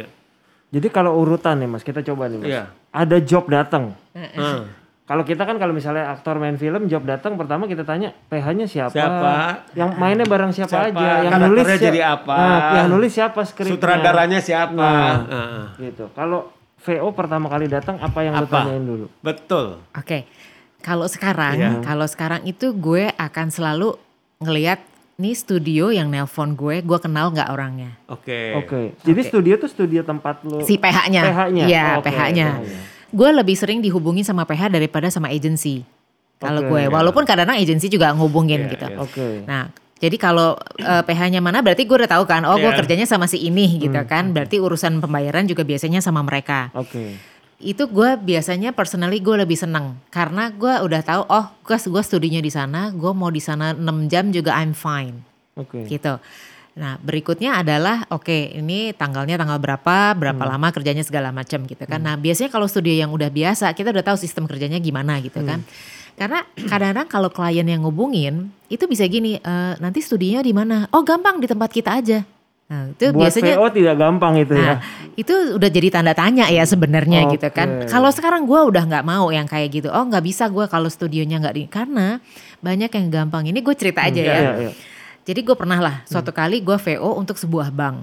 Jadi kalau urutan nih Mas, kita coba nih Mas. Ada job datang. Kalau kita kan kalau misalnya aktor main film, job datang pertama kita tanya PH-nya siapa? Yang mainnya bareng siapa aja? Yang nulis jadi apa? Yang nulis siapa skripnya? Sutradaranya siapa? Gitu. Kalau VO pertama kali datang apa yang lo tanyain dulu? Betul. Oke. Kalau sekarang itu gue akan selalu ngelihat nih studio yang nelpon gue kenal nggak orangnya. Jadi studio tuh studio tempat lo. Si PH-nya. Iya, PH-nya. Gue lebih sering dihubungin sama PH daripada sama agensi. Kalau gue, walaupun kadang-kadang agensi juga ngehubungin gitu. Nah, jadi kalau PH-nya mana berarti gue udah tahu kan, gue kerjanya sama si ini gitu kan. Berarti urusan pembayaran juga biasanya sama mereka. Itu gue biasanya personally gue lebih seneng karena gue udah tahu gue studinya di sana, gue mau di sana 6 jam juga I'm fine gitu. Nah berikutnya adalah ini tanggalnya tanggal berapa lama kerjanya segala macam gitu kan. Nah biasanya kalau studio yang udah biasa kita udah tahu sistem kerjanya gimana gitu kan. Karena kadang-kadang kalau klien yang ngubungin itu bisa gini, nanti studionya di mana? Gampang di tempat kita aja. Nah, itu buat biasanya VO tidak gampang itu ya. Itu udah jadi tanda tanya ya sebenarnya gitu kan. Kalau sekarang gue udah nggak mau yang kayak gitu. Nggak bisa gue kalau studionya nggak karena banyak yang gampang. Ini gue cerita aja ya. Jadi gue pernah lah suatu kali gue VO untuk sebuah bank.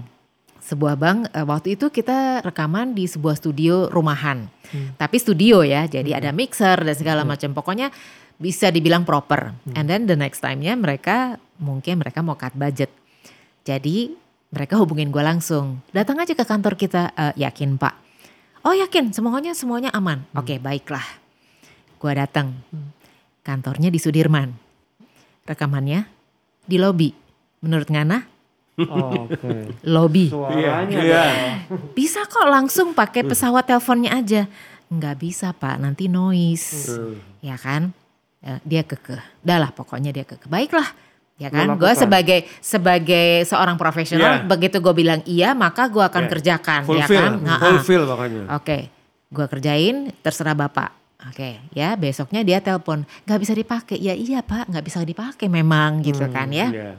Waktu itu kita rekaman di sebuah studio rumahan. Tapi studio ya. Jadi ada mixer dan segala macam. Pokoknya bisa dibilang proper. And then the next time-nya mereka mau cut budget. Jadi mereka hubungin gue langsung, datang aja ke kantor kita, yakin Pak? Yakin, semuanya aman. Oke, baiklah. Gue datang, kantornya di Sudirman, rekamannya di lobi. Menurut Ngana? Lobby. Suaranya bisa kok langsung pakai pesawat teleponnya aja. Nggak bisa Pak, nanti noise, ya kan? Dia kekeh. Udah lah pokoknya dia kekeh. Baiklah. Ya kan, Lo gue lakukan. sebagai seorang profesional, Iya. begitu gue bilang iya, maka gue akan Iya. kerjakan, ya Fulfill, kan? Nah, fulfill pokoknya. Oke, gue kerjain, terserah bapak. Oke, ya besoknya dia telepon, nggak bisa dipakai. Ya iya pak, nggak bisa dipakai memang gitu kan ya. Iya.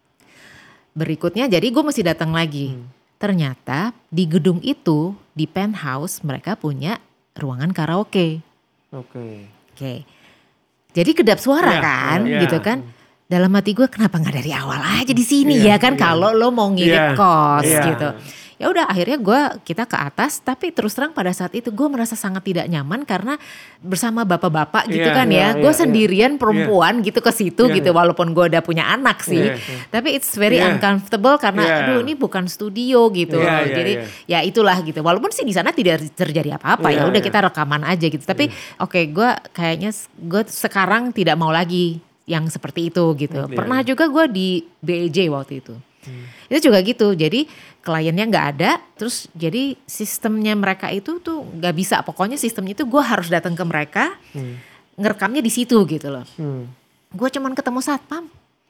Berikutnya, jadi gue mesti datang lagi. Ternyata di gedung itu, di penthouse mereka punya ruangan karaoke. Oke. Oke, jadi kedap suara Iya, kan, iya. gitu kan. Dalam hati gue kenapa nggak dari awal aja di sini ya kan, kalau lo mau ngirit Iya, kos iya. gitu. Ya udah akhirnya kita ke atas, tapi terus terang pada saat itu gue merasa sangat tidak nyaman karena bersama bapak-bapak gitu Iya, kan iya, ya. Gue iya, sendirian perempuan gitu ke situ Iya. gitu, walaupun gue udah punya anak sih. Iya. Tapi it's very Iya. uncomfortable karena Iya. aduh ini bukan studio gitu. Iya, iya, Jadi iya. ya itulah gitu. Walaupun sih di sana tidak terjadi apa-apa, ya Iya, udah iya. kita rekaman aja gitu. Tapi oke, gue kayaknya gue sekarang tidak mau lagi yang seperti itu gitu. Iya. Pernah juga gue di BEJ waktu itu. Itu juga gitu. Jadi kliennya nggak ada, terus jadi sistemnya mereka itu tuh nggak bisa. Pokoknya sistemnya itu gue harus datang ke mereka, ngerekamnya di situ gitu loh. Gue cuman ketemu satpam.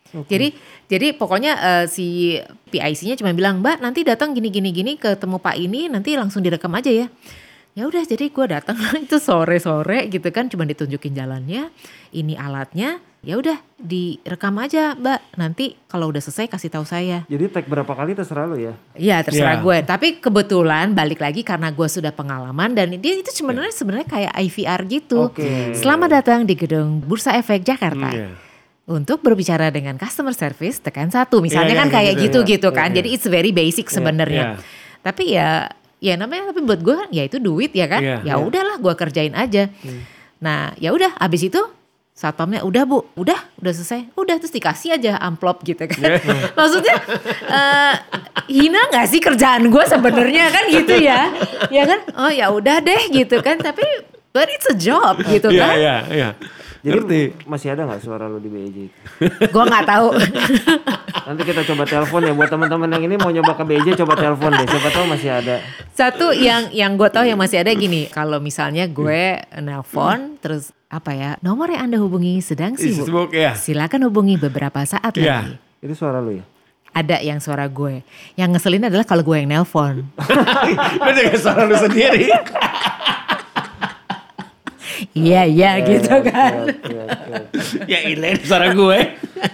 Jadi pokoknya si PIC-nya cuma bilang, Mbak nanti datang gini ketemu Pak ini, nanti langsung direkam aja ya. Ya udah, jadi gue datang itu sore-sore gitu kan, cuma ditunjukin jalannya, ini alatnya, ya udah direkam aja Mbak. Nanti kalau udah selesai kasih tahu saya. Jadi tag berapa kali terserah lo ya? Iya terserah Iya. gue. Tapi kebetulan balik lagi karena gue sudah pengalaman dan dia itu sebenarnya kayak IVR gitu. Oke. Selamat datang di gedung Bursa Efek Jakarta. Iya. Untuk berbicara dengan customer service tekan 1. Misalnya Iya, kan iya, kayak gitu, gitu iya. kan. Iya. Jadi it's very basic sebenarnya. Iya. Tapi ya namanya, tapi buat gue kan ya itu duit ya kan. Iya, Ya udahlah gue kerjain aja. Nah ya udah abis itu satpamnya udah Bu, udah selesai. Udah terus dikasih aja amplop gitu kan. Maksudnya hina gak sih kerjaan gue sebenarnya kan gitu ya. Ya kan? Oh ya udah deh gitu kan. Tapi but it's a job gitu Iya, kan. iya. Jadi Ngerti. masih ada nggak suara lo di BEJ itu? Gue gak tahu. Nanti kita coba telepon ya buat teman-teman yang ini mau nyoba ke BEJ, coba telepon deh. Siapa tahu masih ada. Satu yang gue tahu yang masih ada gini, kalau misalnya gue nelpon terus apa ya, nomor yang Anda hubungi sedang sibuk. Sibuk, ya. Silakan hubungi beberapa saat Iya. lagi. Itu suara lo ya? Ada yang suara gue. Yang ngeselin adalah kalau gue yang nelpon. Lu dengan suara lu sendiri. Iya gitu kan. Ya Ilen suara gue.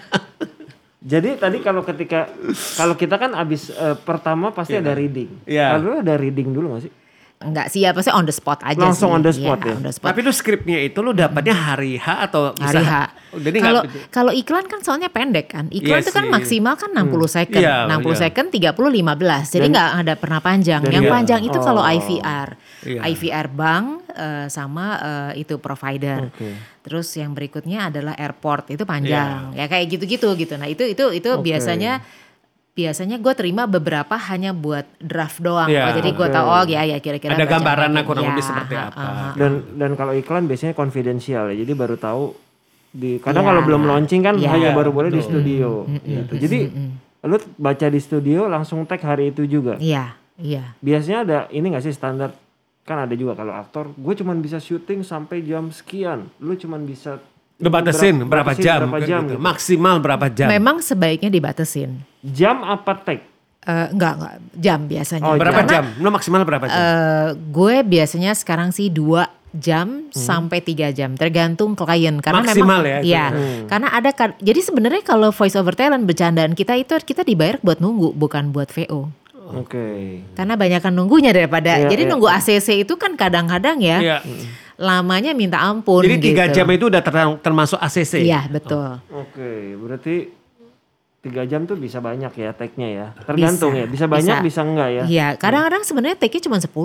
Jadi tadi kalau kita kan abis pertama pasti ada reading. Iya. Kalau lu ada reading dulu gak sih? Enggak sih, apa sih on the spot aja Langsung sih. on the spot Iya, ya? on the spot. Tapi lu skripnya itu lu dapatnya hari H atau bisa? Hari H. Jadi Kalau iklan kan soalnya pendek kan. Iklan Iya itu kan sih. maksimal kan 60 second. Iya, 60 iya. second 30 15. Jadi nggak ada pernah panjang. Dan Yang iya. panjang itu kalau Oh. IVR. Iya. IVR bank sama itu provider. Oke. Terus yang berikutnya adalah airport, itu panjang. Ya kayak gitu-gitu gitu. Nah, itu Oke. biasanya gue terima beberapa hanya buat draft doang. Iya, Oh, jadi gue oke. tahu ya kira-kira Ada baca gambaran apa lah kurang gitu. lebih Ya, seperti ha, apa. ha, ha. Dan kalau iklan biasanya konfidensial ya. Jadi baru tahu kadang Iya. kalau belum launching kan Iya. hanya baru boleh di studio gitu. Jadi lu baca di studio langsung tag hari itu juga. Iya. Biasanya ada ini gak sih standar, kan ada juga kalau aktor gue cuman bisa syuting sampai jam sekian, lu cuman bisa Lu batasin berapa jam? gitu. Gitu. Maksimal berapa jam? Memang sebaiknya dibatasin. Jam apa tag? Enggak jam biasanya. Oh, Berapa Karena, jam? Lu maksimal berapa jam? gue biasanya sekarang sih 2 jam sampai 3 jam tergantung klien karena Maksimal memang ya itu. karena ada jadi sebenarnya kalau voice over talent bercandaan kita itu kita dibayar buat nunggu bukan buat VO. Oke. Karena banyakan nunggunya daripada Iya, jadi iya. nunggu ACC itu kan kadang-kadang ya Iya. lamanya minta ampun. Jadi 3 gitu. jam itu udah termasuk ACC? Iya betul. Oke, berarti 3 jam tuh bisa banyak ya tag-nya ya. Tergantung ya, bisa banyak bisa enggak ya. Iya kadang-kadang sebenarnya take-nya cuma 10.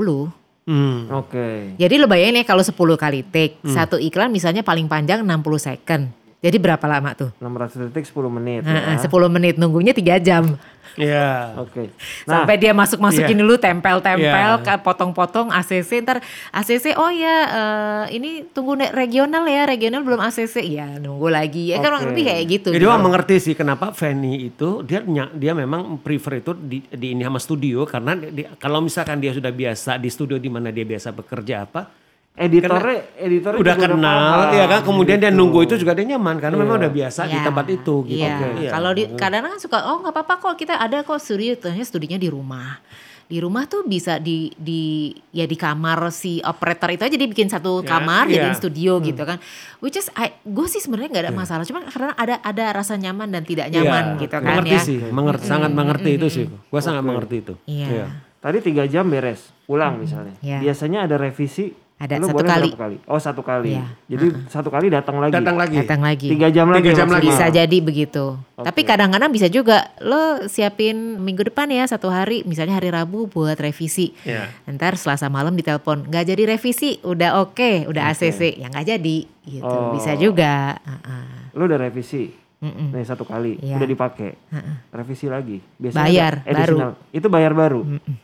Oke. Jadi lo bayangin ya kalau 10 kali take, satu iklan misalnya paling panjang 60 second. Jadi berapa lama tuh? 600 detik 10 menit Heeh, ya. 10 menit nunggunya 3 jam. Iya. Oke. Nah, Sampai dia masukin Iya. dulu tempel-tempel, Iya. potong-potong ACC. Ntar ACC oh ya ini tunggu regional ya, regional belum ACC. Ya nunggu lagi. Ya kan Oke. lebih kayak gitu. Jadi gitu. orang mengerti sih kenapa Fanny itu dia memang prefer itu di ini sama studio karena kalau misalkan dia sudah biasa di studio di mana dia biasa bekerja apa editornya udah juga kenal, paham, ya kan. Kemudian dia gitu. nunggu itu juga dia nyaman karena Iya. memang udah biasa di Iya. tempat itu gitu. Iya. Iya. Kalau kadang-kadang kan suka nggak apa-apa kok kita ada kok studio, ternyata studinya di rumah. Di rumah tuh bisa di di kamar si operator itu aja dia bikin satu Ya, kamar iya. jadiin studio gitu kan. Which is gue sih sebenarnya nggak ada masalah, cuma karena ada rasa nyaman dan tidak nyaman Iya. gitu kan Mengerti ya. sih, sangat mengerti itu sih. Gua sangat mengerti itu. Iya. Tadi 3 jam beres, pulang misalnya. Iya. Biasanya ada revisi. Ada lu satu boleh kali. berapa kali? Oh 1 kali. Iya. Jadi 1 kali datang lagi. Datang lagi. Datang lagi. 3 jam lagi. 3 jam maksimal. lagi. Bisa jadi begitu. Tapi kadang-kadang bisa juga lo siapin minggu depan ya 1 hari, misalnya hari Rabu buat revisi. Iya. Ntar Selasa malam ditelepon, nggak jadi revisi, udah oke, udah ACC, ya nggak jadi gitu. Oh. Bisa juga. Lu udah revisi. Mm-mm. Nih 1 kali, Iya. udah dipakai. Revisi lagi. Biasanya Bayar, ada additional. baru. Itu bayar baru.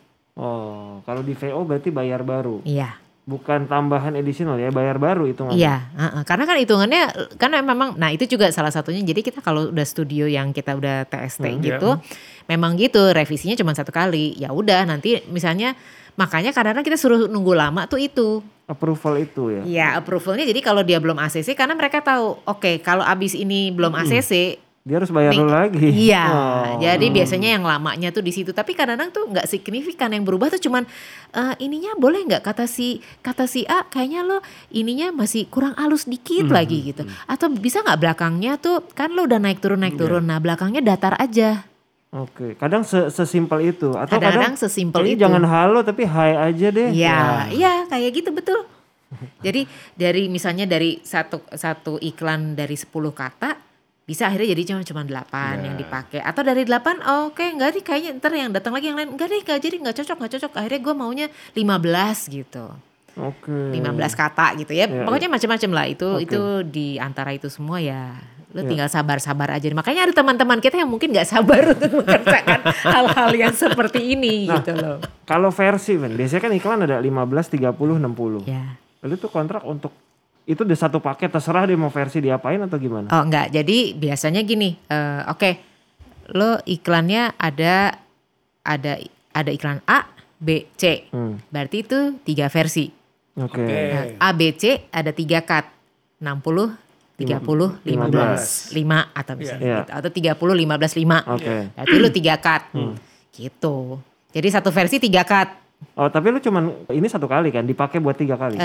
Oh, kalau di VO berarti bayar baru. Iya. Bukan tambahan additional ya, bayar baru itu nggak? Iya, karena kan hitungannya karena memang, nah itu juga salah satunya. Jadi kita kalau udah studio yang kita udah TST gitu, memang gitu revisinya cuma 1 kali. Ya udah nanti misalnya, makanya kadang-kadang kita suruh nunggu lama tuh itu. Approval itu ya. Ya approvalnya jadi kalau dia belum ACC karena mereka tahu, oke kalau abis ini belum ACC. Dia harus bayar nih, lu lagi. Iya, Oh. jadi biasanya yang lamanya tuh di situ. Tapi kadang-kadang tuh nggak signifikan, yang berubah tuh cuman ininya boleh nggak kata si A kayaknya lo ininya masih kurang halus dikit lagi gitu. Atau bisa nggak belakangnya tuh kan lo udah naik turun, nah belakangnya datar aja. Oke, kadang sesimpel itu. Atau Kadang-kadang sesimpel kayaknya itu. jangan halo tapi hai aja deh. Iya, kayak gitu betul. Jadi dari misalnya dari satu iklan dari 10 kata bisa akhirnya jadi cuma 8 yang dipakai, atau dari 8 oke enggak nih kayaknya ntar yang datang lagi yang lain enggak deh, jadi nggak cocok, akhirnya gue maunya 15 gitu. Oke. 15 kata gitu ya. Iya, Pokoknya macam-macam lah itu di antara itu semua ya. Lu tinggal sabar-sabar aja. Makanya ada teman-teman kita yang mungkin nggak sabar untuk mengerjakan hal-hal yang seperti ini gitu loh. Kalau versi Ben, biasanya kan iklan ada 15, 30, 60. Ya. Lalu tuh kontrak untuk itu udah satu paket, terserah dia mau versi diapain atau gimana? Oh enggak, jadi biasanya gini, oke, lo iklannya ada iklan A, B, C, berarti itu 3 versi. Oke. A, B, C ada 3 cut, 60, 30, 15, 5 atau misalnya Iya. gitu, atau 30, 15, 5. Oke. Berarti lo 3 cut, gitu. Jadi satu versi 3 cut, Oh tapi lu cuman ini 1 kali kan, dipakai buat 3 kali?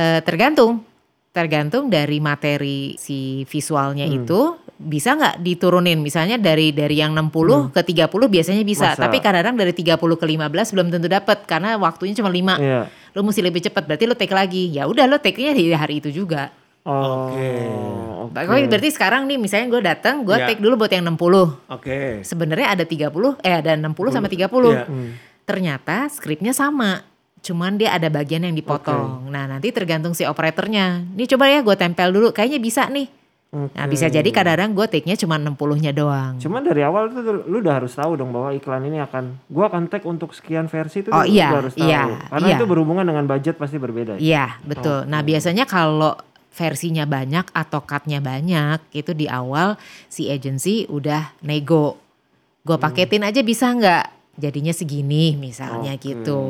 tergantung dari materi si visualnya itu bisa nggak diturunin, misalnya dari yang 60 ke 30 biasanya bisa. Masa? Tapi kadang-kadang dari 30 ke 15 belum tentu dapat karena waktunya cuma 5. Iya. Lo mesti lebih cepat, berarti lo take lagi. Ya udah lo take-nya di hari itu juga. Oh. Pokoknya berarti sekarang nih misalnya gue datang, gue Iya. take dulu buat yang 60. Oke. Sebenarnya ada 30, ada 60 sama 30. Iya. Ternyata skripnya sama. Cuman dia ada bagian yang dipotong. Nah nanti tergantung si operatornya. Nih coba ya gue tempel dulu, kayaknya bisa nih. Nah bisa jadi kadang-kadang gue take-nya cuma 60-nya doang. Cuman dari awal tuh lu udah harus tahu dong bahwa iklan ini gua akan take untuk sekian versi itu Oh, lu iya, udah harus tahu. iya, Karena iya. itu berhubungan dengan budget pasti berbeda. Iya betul. Nah biasanya kalau versinya banyak atau cut-nya banyak, itu di awal si agency udah nego. Gue paketin aja bisa nggak? Jadinya segini misalnya gitu.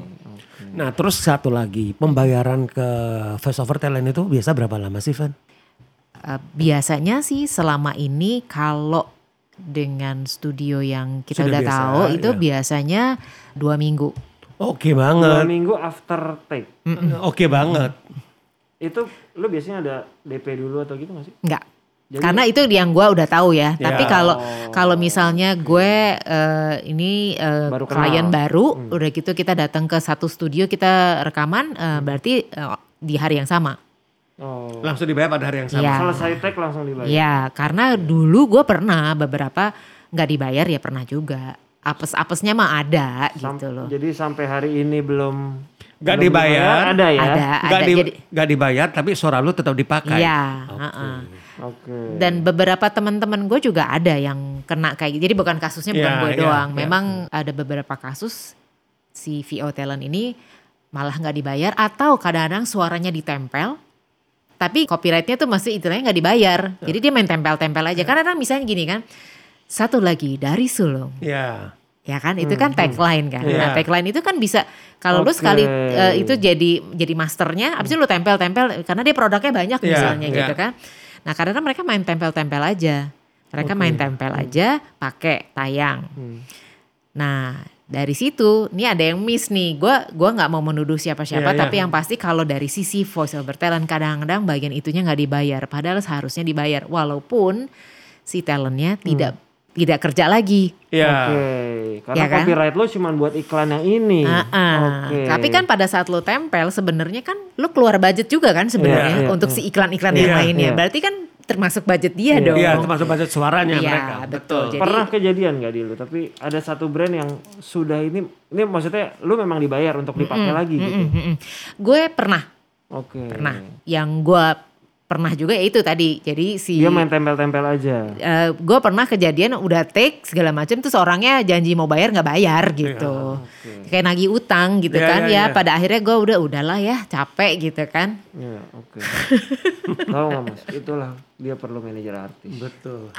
Nah terus satu lagi, pembayaran ke voice over talent itu biasa berapa lama sih Van? Biasanya sih selama ini kalau dengan studio yang kita Sudah udah biasa, tahu itu ya. biasanya 2 minggu. Oke 2 banget. minggu after take. Oke banget. Itu lu biasanya ada DP dulu atau gitu gak sih? Enggak. Jadi- Karena itu yang gue udah tahu ya. Ya. Tapi kalau misalnya gue ini Baru klien kenal. baru, udah gitu kita datang ke satu studio kita rekaman, berarti di hari yang sama. Oh. Langsung dibayar pada hari yang sama. Iya. Selesai take langsung dibayar. Ya, karena dulu gue pernah beberapa nggak dibayar ya pernah juga. Apes-apesnya mah ada gitu loh. Jadi sampai hari ini belum Gak belum dibayar. Ada ya. Gak, Jadi, gak dibayar tapi suara lu tetap dipakai. iya. Oke. Dan beberapa teman-teman gue juga ada yang kena kayak gitu. Jadi bukan kasusnya bukan Ya, gue ya, doang. ya. Memang ada beberapa kasus si VO talent ini malah nggak dibayar atau kadang-kadang suaranya ditempel. Tapi copyrightnya tuh masih istilahnya nggak dibayar. Jadi dia main tempel-tempel aja. Kadang-kadang misalnya gini kan. Satu lagi dari sulung. Ya. Ya kan, itu kan tagline kan. Iya. Nah, tagline itu kan bisa kalau lu sekali itu jadi masternya, abis itu lu tempel-tempel karena dia produknya banyak Iya, misalnya iya. gitu kan. Nah, kadang mereka main tempel-tempel aja. Mereka main tempel aja, pakai tayang. Nah, dari situ, ini ada yang miss nih. Gua nggak mau menuduh siapa-siapa, Iya, tapi iya. yang pasti kalau dari sisi voice over talent kadang-kadang bagian itunya nggak dibayar. Padahal seharusnya dibayar, walaupun si talentnya tidak kerja lagi. Iya. Oke, karena Ya kan? copyright lo cuma buat iklan yang ini. Oke. Tapi kan pada saat lo tempel sebenarnya kan lo keluar budget juga kan sebenarnya Iya, iya, untuk si iklan-iklan yang Iya, lainnya. iya. Berarti kan termasuk budget dia Iya. dong. Iya, termasuk budget suaranya Iya, mereka. betul. Jadi- Pernah kejadian gak di lu? Tapi ada satu brand yang sudah ini maksudnya lu memang dibayar untuk dipakai lagi gitu. Gue pernah Oke. yang gue pernah juga ya itu tadi. Jadi si Dia main tempel-tempel aja. gue pernah kejadian udah take segala macam terus orangnya janji mau bayar nggak bayar gitu. Kayak nagih utang gitu Iya, kan. iya, Ya iya. pada akhirnya gue udahlah ya capek gitu kan. Iya, oke. Tahu nggak Mas? Itulah dia perlu manajer artis. Betul.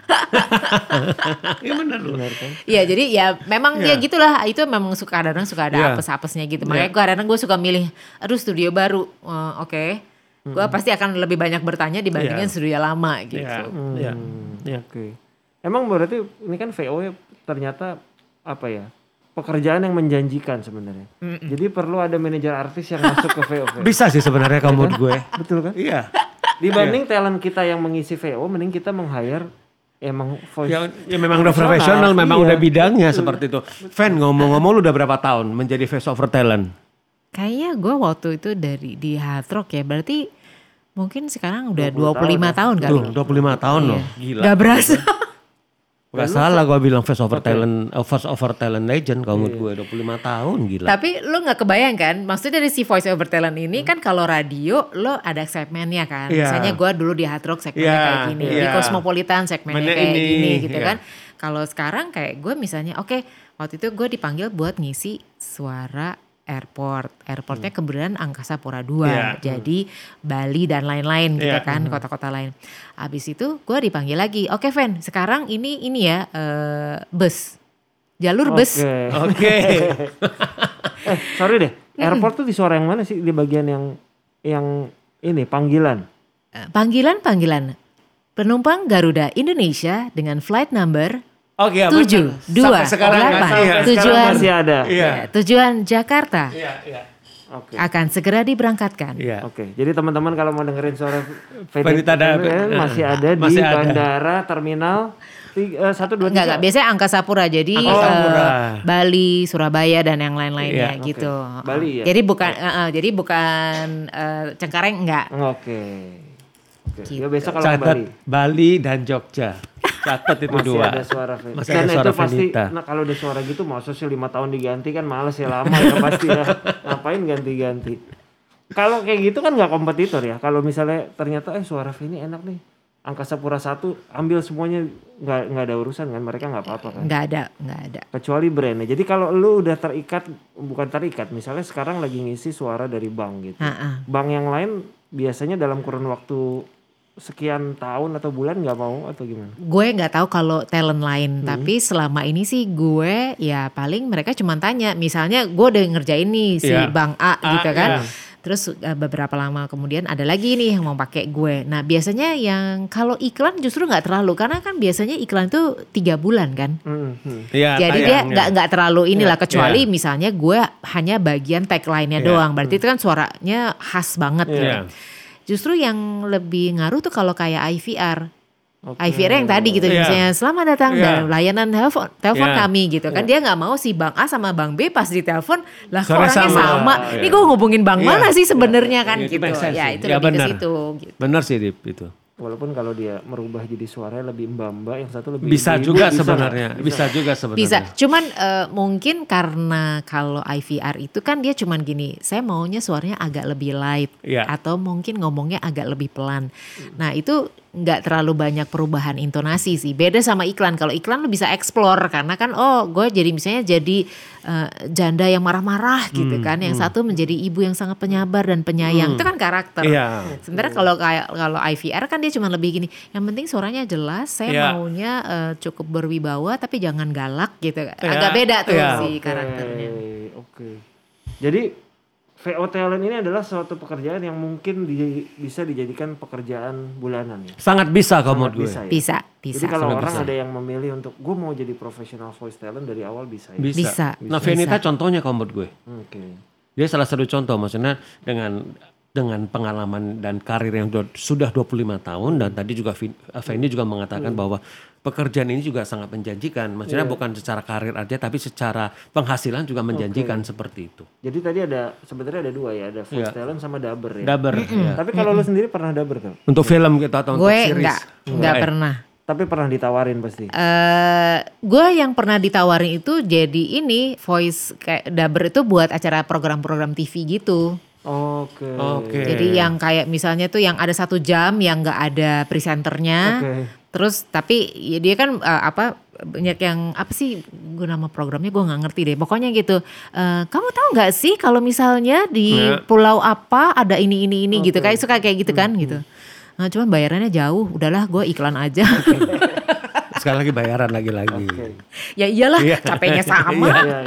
Iya benar loh. Benar kan? Iya jadi ya memang ya gitulah itu memang kadang suka ada Iya. apes-apesnya gitu. Makanya kadang gue suka milih aduh studio baru. Oke. Gue pasti akan lebih banyak bertanya dibandingin studio lama gitu. Iya. Iya. Oke. Emang berarti ini kan VO ya ternyata apa ya? Pekerjaan yang menjanjikan sebenarnya. Jadi perlu ada manajer artis yang masuk ke VO. Bisa sih sebenarnya kalau menurut gue. Betul kan? Iya. Dibanding talent kita yang mengisi VO, mending kita meng-hire emang voice. Ya memang udah profesional, memang Iya. udah bidangnya seperti itu. Fan, ngomong-ngomong lu udah berapa tahun menjadi face over talent? Kayaknya gue waktu itu di Hard Rock ya berarti mungkin sekarang udah 20 25 tahun kali. Tuh, 25 tahun loh. Gila. Gak berasa. Gak salah gue bilang face over talent legend kalau menurut gue 25 tahun gila. Tapi lu gak kebayang kan, maksudnya dari si voice over talent ini kan kalau radio lo ada segmennya kan. Iya. Misalnya gue dulu di Hard Rock segmennya Iya, kayak gini, di iya. Cosmopolitan segmennya Mainnya kayak ini, gini gitu iya. kan. Kalau sekarang kayak gue misalnya oke, waktu itu gue dipanggil buat ngisi suara airportnya kebetulan Angkasa Pura II, Iya. jadi Bali dan lain-lain gitu Iya. kan, kota-kota lain. Abis itu gue dipanggil lagi, oke Ven, sekarang ini ya bus, jalur bus. Oke. Sorry deh. Airport tuh di suara yang mana sih? Di bagian yang ini panggilan. Panggilan penumpang Garuda Indonesia dengan flight number Oke, 7, 2, sampai sekarang 8. iya. Sekarang Tujuan masih ada. Iya. tujuan Jakarta Iya. Oke. akan segera diberangkatkan. Iya. Oke, jadi teman-teman kalau mau dengerin suara Venita masih ada di masih ada. bandara terminal 1, 2, 3. Enggak, biasanya Angkasa Pura jadi Angkasa Pura. Bali, Surabaya dan yang lain-lainnya Iya, gitu. Bali ya? Jadi bukan Cengkareng enggak. Oke. Gitu. Ya besok kalau ke Catat Bali. Bali dan Jogja. Catat itu Masih dua. ada suara Venita. Masih Dan ada suara itu pasti, Venita. nah kalau udah suara gitu masa sih 5 tahun diganti kan males ya lama ya pasti ya. Ngapain ganti-ganti. Kalau kayak gitu kan nggak kompetitor ya. Kalau misalnya ternyata suara Veni enak nih. Angkasa Pura 1 ambil semuanya nggak ada urusan kan, mereka nggak apa-apa kan. Nggak ada. Kecuali brandnya. Jadi kalau lu udah bukan terikat, misalnya sekarang lagi ngisi suara dari bank gitu. Bank yang lain biasanya dalam kurun waktu sekian tahun atau bulan nggak mau atau gimana? Gue nggak tahu kalau talent lain, tapi selama ini sih gue ya paling mereka cuma tanya, misalnya gue udah ngerjain nih si Iya. Bang A gitu kan. iya. Terus beberapa lama kemudian ada lagi nih yang mau pakai gue. Nah biasanya yang kalau iklan justru nggak terlalu karena kan biasanya iklan itu 3 bulan kan. Iya, Jadi dia tayangnya. nggak terlalu inilah kecuali Iya. misalnya gue hanya bagian tagline-nya Iya. doang. Berarti itu kan suaranya khas banget gitu. Iya. Justru yang lebih ngaruh tuh kalau kayak IVR. IVR yang tadi gitu Iya. misalnya selamat datang Iya. dalam layanan telepon Iya. kami gitu kan. Dia nggak mau si Bang A sama Bang B pas ditelepon lah kok Suaranya orangnya sama. sama. Iya. Ini gue ngubungin Bang Iya. mana sih sebenarnya kan Iya, itu gitu. make sense Ya sih. itu Ya, lebih benar. ke situ gitu. Benar sih Dip itu. Walaupun kalau dia merubah jadi suaranya lebih mbak-mbak, yang satu lebih Bisa ibu-ibu, juga bisa sebenarnya. nggak? Bisa juga sebenarnya. Bisa, cuman mungkin karena kalau IVR itu kan dia cuman gini, saya maunya suaranya agak lebih light Iya. atau mungkin ngomongnya agak lebih pelan. Nah itu nggak terlalu banyak perubahan intonasi sih. Beda sama iklan. Kalau iklan lo bisa explore karena kan gue jadi misalnya jadi janda yang marah-marah gitu kan. Yang satu menjadi ibu yang sangat penyabar dan penyayang. Itu kan karakter. Sementara kalau IVR kan dia cuma lebih gini. Yang penting suaranya jelas. Saya maunya cukup berwibawa tapi jangan galak gitu. Agak beda tuh sih karakternya. Oke. Jadi VO talent ini adalah suatu pekerjaan yang mungkin bisa dijadikan pekerjaan bulanan ya. Sangat bisa kalau menurut gue. Bisa. Jadi kalau orang ada yang memilih untuk gue mau jadi professional voice talent dari awal bisa ya. Bisa. Nah, Venita contohnya kalau menurut gue. Oke. Dia salah satu contoh, maksudnya dengan pengalaman dan karir yang sudah 25 tahun dan tadi juga Feni juga mengatakan bahwa pekerjaan ini juga sangat menjanjikan. Maksudnya bukan secara karir aja tapi secara penghasilan juga menjanjikan seperti itu. Jadi tadi sebenarnya ada dua ya, ada voice talent sama dubber ya. Dubber. Tapi kalau lu sendiri pernah dubber tuh? Untuk film gitu atau untuk series? Gue enggak pernah. Tapi pernah ditawarin pasti. Gue yang pernah ditawarin itu jadi ini voice kayak dubber itu buat acara program-program TV gitu. Oke. Jadi yang kayak misalnya tuh yang ada 1 jam yang nggak ada presenternya. Terus tapi ya dia kan banyak yang apa sih gue nama programnya gue nggak ngerti deh. Pokoknya gitu. Kamu tahu nggak sih kalau misalnya di pulau apa ada ini gitu kayak suka kayak gitu kan gitu. Nah, cuma bayarannya jauh. Udahlah gue iklan aja. Sekali lagi bayaran lagi. Ya iyalah capeknya sama.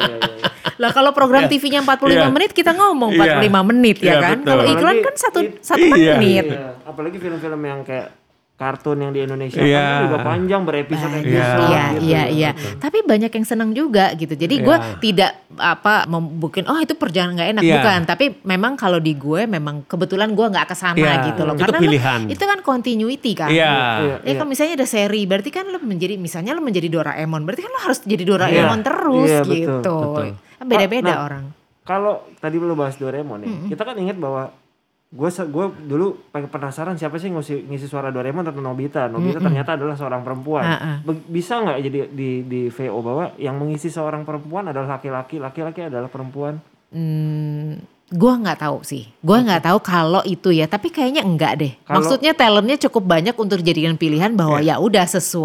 Lah kalau program TV-nya 45 menit kita ngomong 45 menit ya kan. Kalau iklan kan satu menit. Apalagi film-film yang kayak kartun yang di Indonesia kan juga panjang berepisode. Iya. Tapi banyak yang senang juga gitu. Jadi gue tidak membuat itu perjalanan nggak enak bukan. Tapi memang kalau di gue memang kebetulan gue nggak kesana gitu loh. Itu karena pilihan. Itu kan continuity kan. Kalau misalnya ada seri berarti kan lo menjadi Doraemon. Berarti kan lo harus jadi Doraemon terus gitu. Betul. Beda-beda orang. Kalau tadi lo bahas Doraemon ya, kita kan ingat bahwa gue dulu penasaran siapa sih ngisi suara Doraemon atau Nobita. Nobita ternyata adalah seorang perempuan. Bisa nggak jadi di VO bahwa yang mengisi seorang perempuan adalah laki-laki adalah perempuan? Gue nggak tahu sih. Gue nggak tahu kalau itu ya. Tapi kayaknya enggak deh. Maksudnya talentnya cukup banyak untuk dijadikan pilihan bahwa ya udah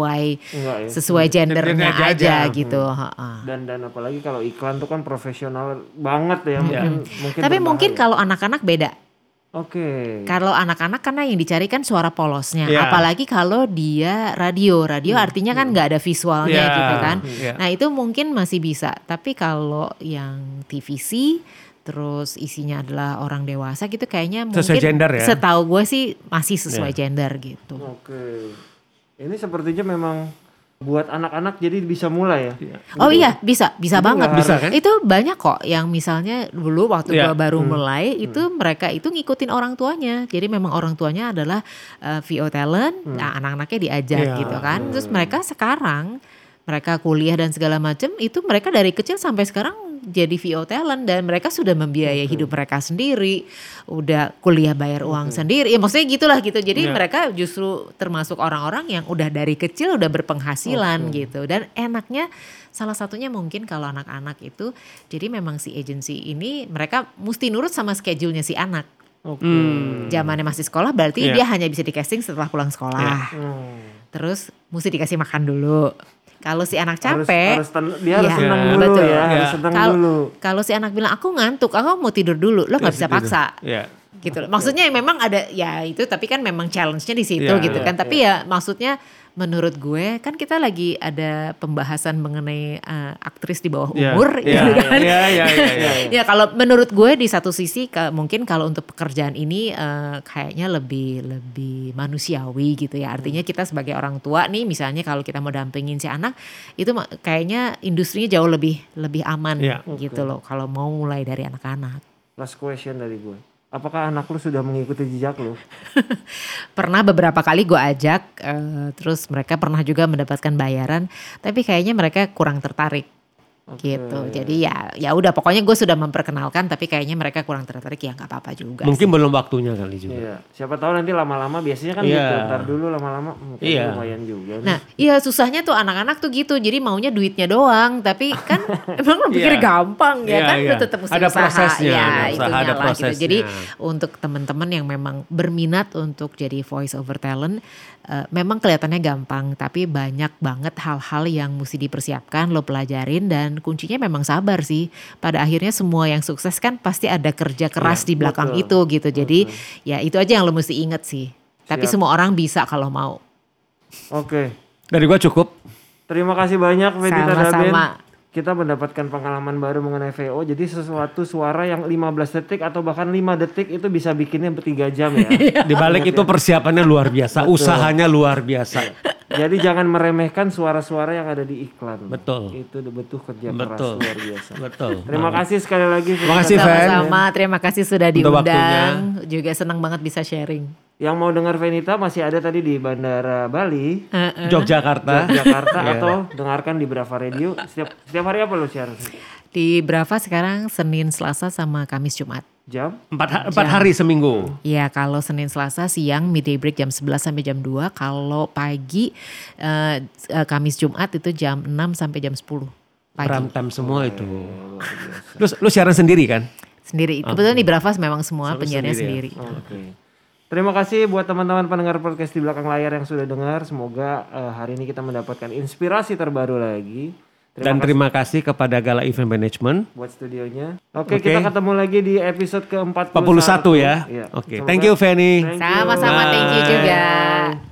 sesuai gendernya aja gitu. Dan apalagi kalau iklan tuh kan profesional banget ya. Mungkin tapi mungkin kalau anak-anak beda. Oke. Kalau anak-anak karena yang dicari kan suara polosnya. Apalagi kalau dia radio artinya kan nggak ada visualnya gitu kan. Nah itu mungkin masih bisa. Tapi kalau yang TVC terus isinya adalah orang dewasa gitu kayaknya mungkin sesuai gender ya. Setahu gue sih masih sesuai gender gitu. Oke. Ini sepertinya memang buat anak-anak jadi bisa mulai ya. Oh iya, bisa banget. Bisa kan? Itu banyak kok yang misalnya dulu waktu gue baru mulai itu mereka itu ngikutin orang tuanya. Jadi memang orang tuanya adalah VO talent, nah anak-anaknya diajak gitu kan. Terus mereka sekarang mereka kuliah dan segala macam itu mereka dari kecil sampai sekarang jadi VO talent dan mereka sudah membiayai hidup mereka sendiri, udah kuliah bayar uang sendiri. Ya maksudnya gitulah gitu. Jadi mereka justru termasuk orang-orang yang udah dari kecil udah berpenghasilan gitu. Dan enaknya salah satunya mungkin kalau anak-anak itu jadi memang si agency ini mereka mesti nurut sama schedule-nya si anak. Zamannya masih sekolah berarti dia hanya bisa di casting setelah pulang sekolah. Terus mesti dikasih makan dulu. Kalau si anak capek, dia harus senang dulu betul. Harus senang dulu. Kalau si anak bilang aku ngantuk, aku mau tidur dulu, lo nggak bisa paksa. Gitu. Maksudnya memang ada ya itu, tapi kan memang challenge-nya di situ gitu kan. Tapi ya maksudnya menurut gue kan kita lagi ada pembahasan mengenai aktris di bawah umur gitu kan. Ya kalau menurut gue di satu sisi mungkin kalau untuk pekerjaan ini kayaknya lebih manusiawi gitu ya. Artinya kita sebagai orang tua nih misalnya kalau kita mau dampingin si anak itu kayaknya industrinya jauh lebih aman gitu loh kalau mau mulai dari anak-anak. Last question dari gue. Apakah anak lu sudah mengikuti jejak lu? Pernah beberapa kali gue ajak, terus mereka pernah juga mendapatkan bayaran, tapi kayaknya mereka kurang tertarik. gitu. Jadi ya udah pokoknya gue sudah memperkenalkan tapi kayaknya mereka kurang tertarik ya nggak apa-apa juga. Mungkin belum waktunya kali juga. Iya. Siapa tahu nanti lama-lama biasanya kan Iya. gitu. Ntar dulu lama-lama kayaknya lumayan juga. Nah, iya susahnya tuh anak-anak tuh gitu. Jadi maunya duitnya doang, tapi kan emang lo pikir Iya. gampang ya Iya, kan iya. lu tetap mesti Ada usaha. prosesnya, Ya, ada usaha, itunya ada lah gitu. prosesnya. Jadi untuk teman-teman yang memang berminat untuk jadi voice over talent, memang kelihatannya gampang, tapi banyak banget hal-hal yang mesti dipersiapkan, lo pelajarin dan kuncinya memang sabar sih. Pada akhirnya semua yang sukses kan pasti ada kerja keras di belakang itu gitu. Jadi ya itu aja yang lo mesti inget sih. Tapi semua orang bisa kalau mau. Oke. Dari gua cukup. Terima kasih banyak Fedita Daben. Sama-sama. Kita mendapatkan pengalaman baru mengenai VO. Jadi sesuatu suara yang 15 detik atau bahkan 5 detik itu bisa bikinnya 3 jam ya. Di balik itu persiapannya luar biasa, usahanya luar biasa. Jadi jangan meremehkan suara-suara yang ada di iklan. Betul. Itu butuh kerja Betul. keras luar biasa. Betul. Terima kasih sekali lagi. Terima kasih, Fen. Sama-sama, terima kasih sudah Untuk diundang. Juga senang banget bisa sharing. Yang mau dengar Venita masih ada tadi di Bandara Bali, Yogyakarta. Jakarta atau dengarkan di Brava Radio. Setiap hari apa lo siaran? Di Brava sekarang Senin, Selasa sama Kamis, Jumat. Jam? 4 hari seminggu. Ya kalau Senin Selasa siang midday break jam 11 sampai jam 2. Kalau pagi Kamis Jumat itu jam 6 sampai jam 10 pagi. Prime time semua itu. Lu siaran sendiri kan? Sendiri. Kebetulan di Brava memang semua Selalu penyiarnya sendiri sendiri. Oke. Terima kasih buat teman-teman pendengar podcast di belakang layar yang sudah dengar. Semoga hari ini kita mendapatkan inspirasi terbaru lagi. Terima kasih kepada Gala Event Management. Buat studionya. Oke, kita ketemu lagi di episode ke-41 41 ya. Iya. Oke, thank you Fanny. Thank you. Sama-sama, thank you juga.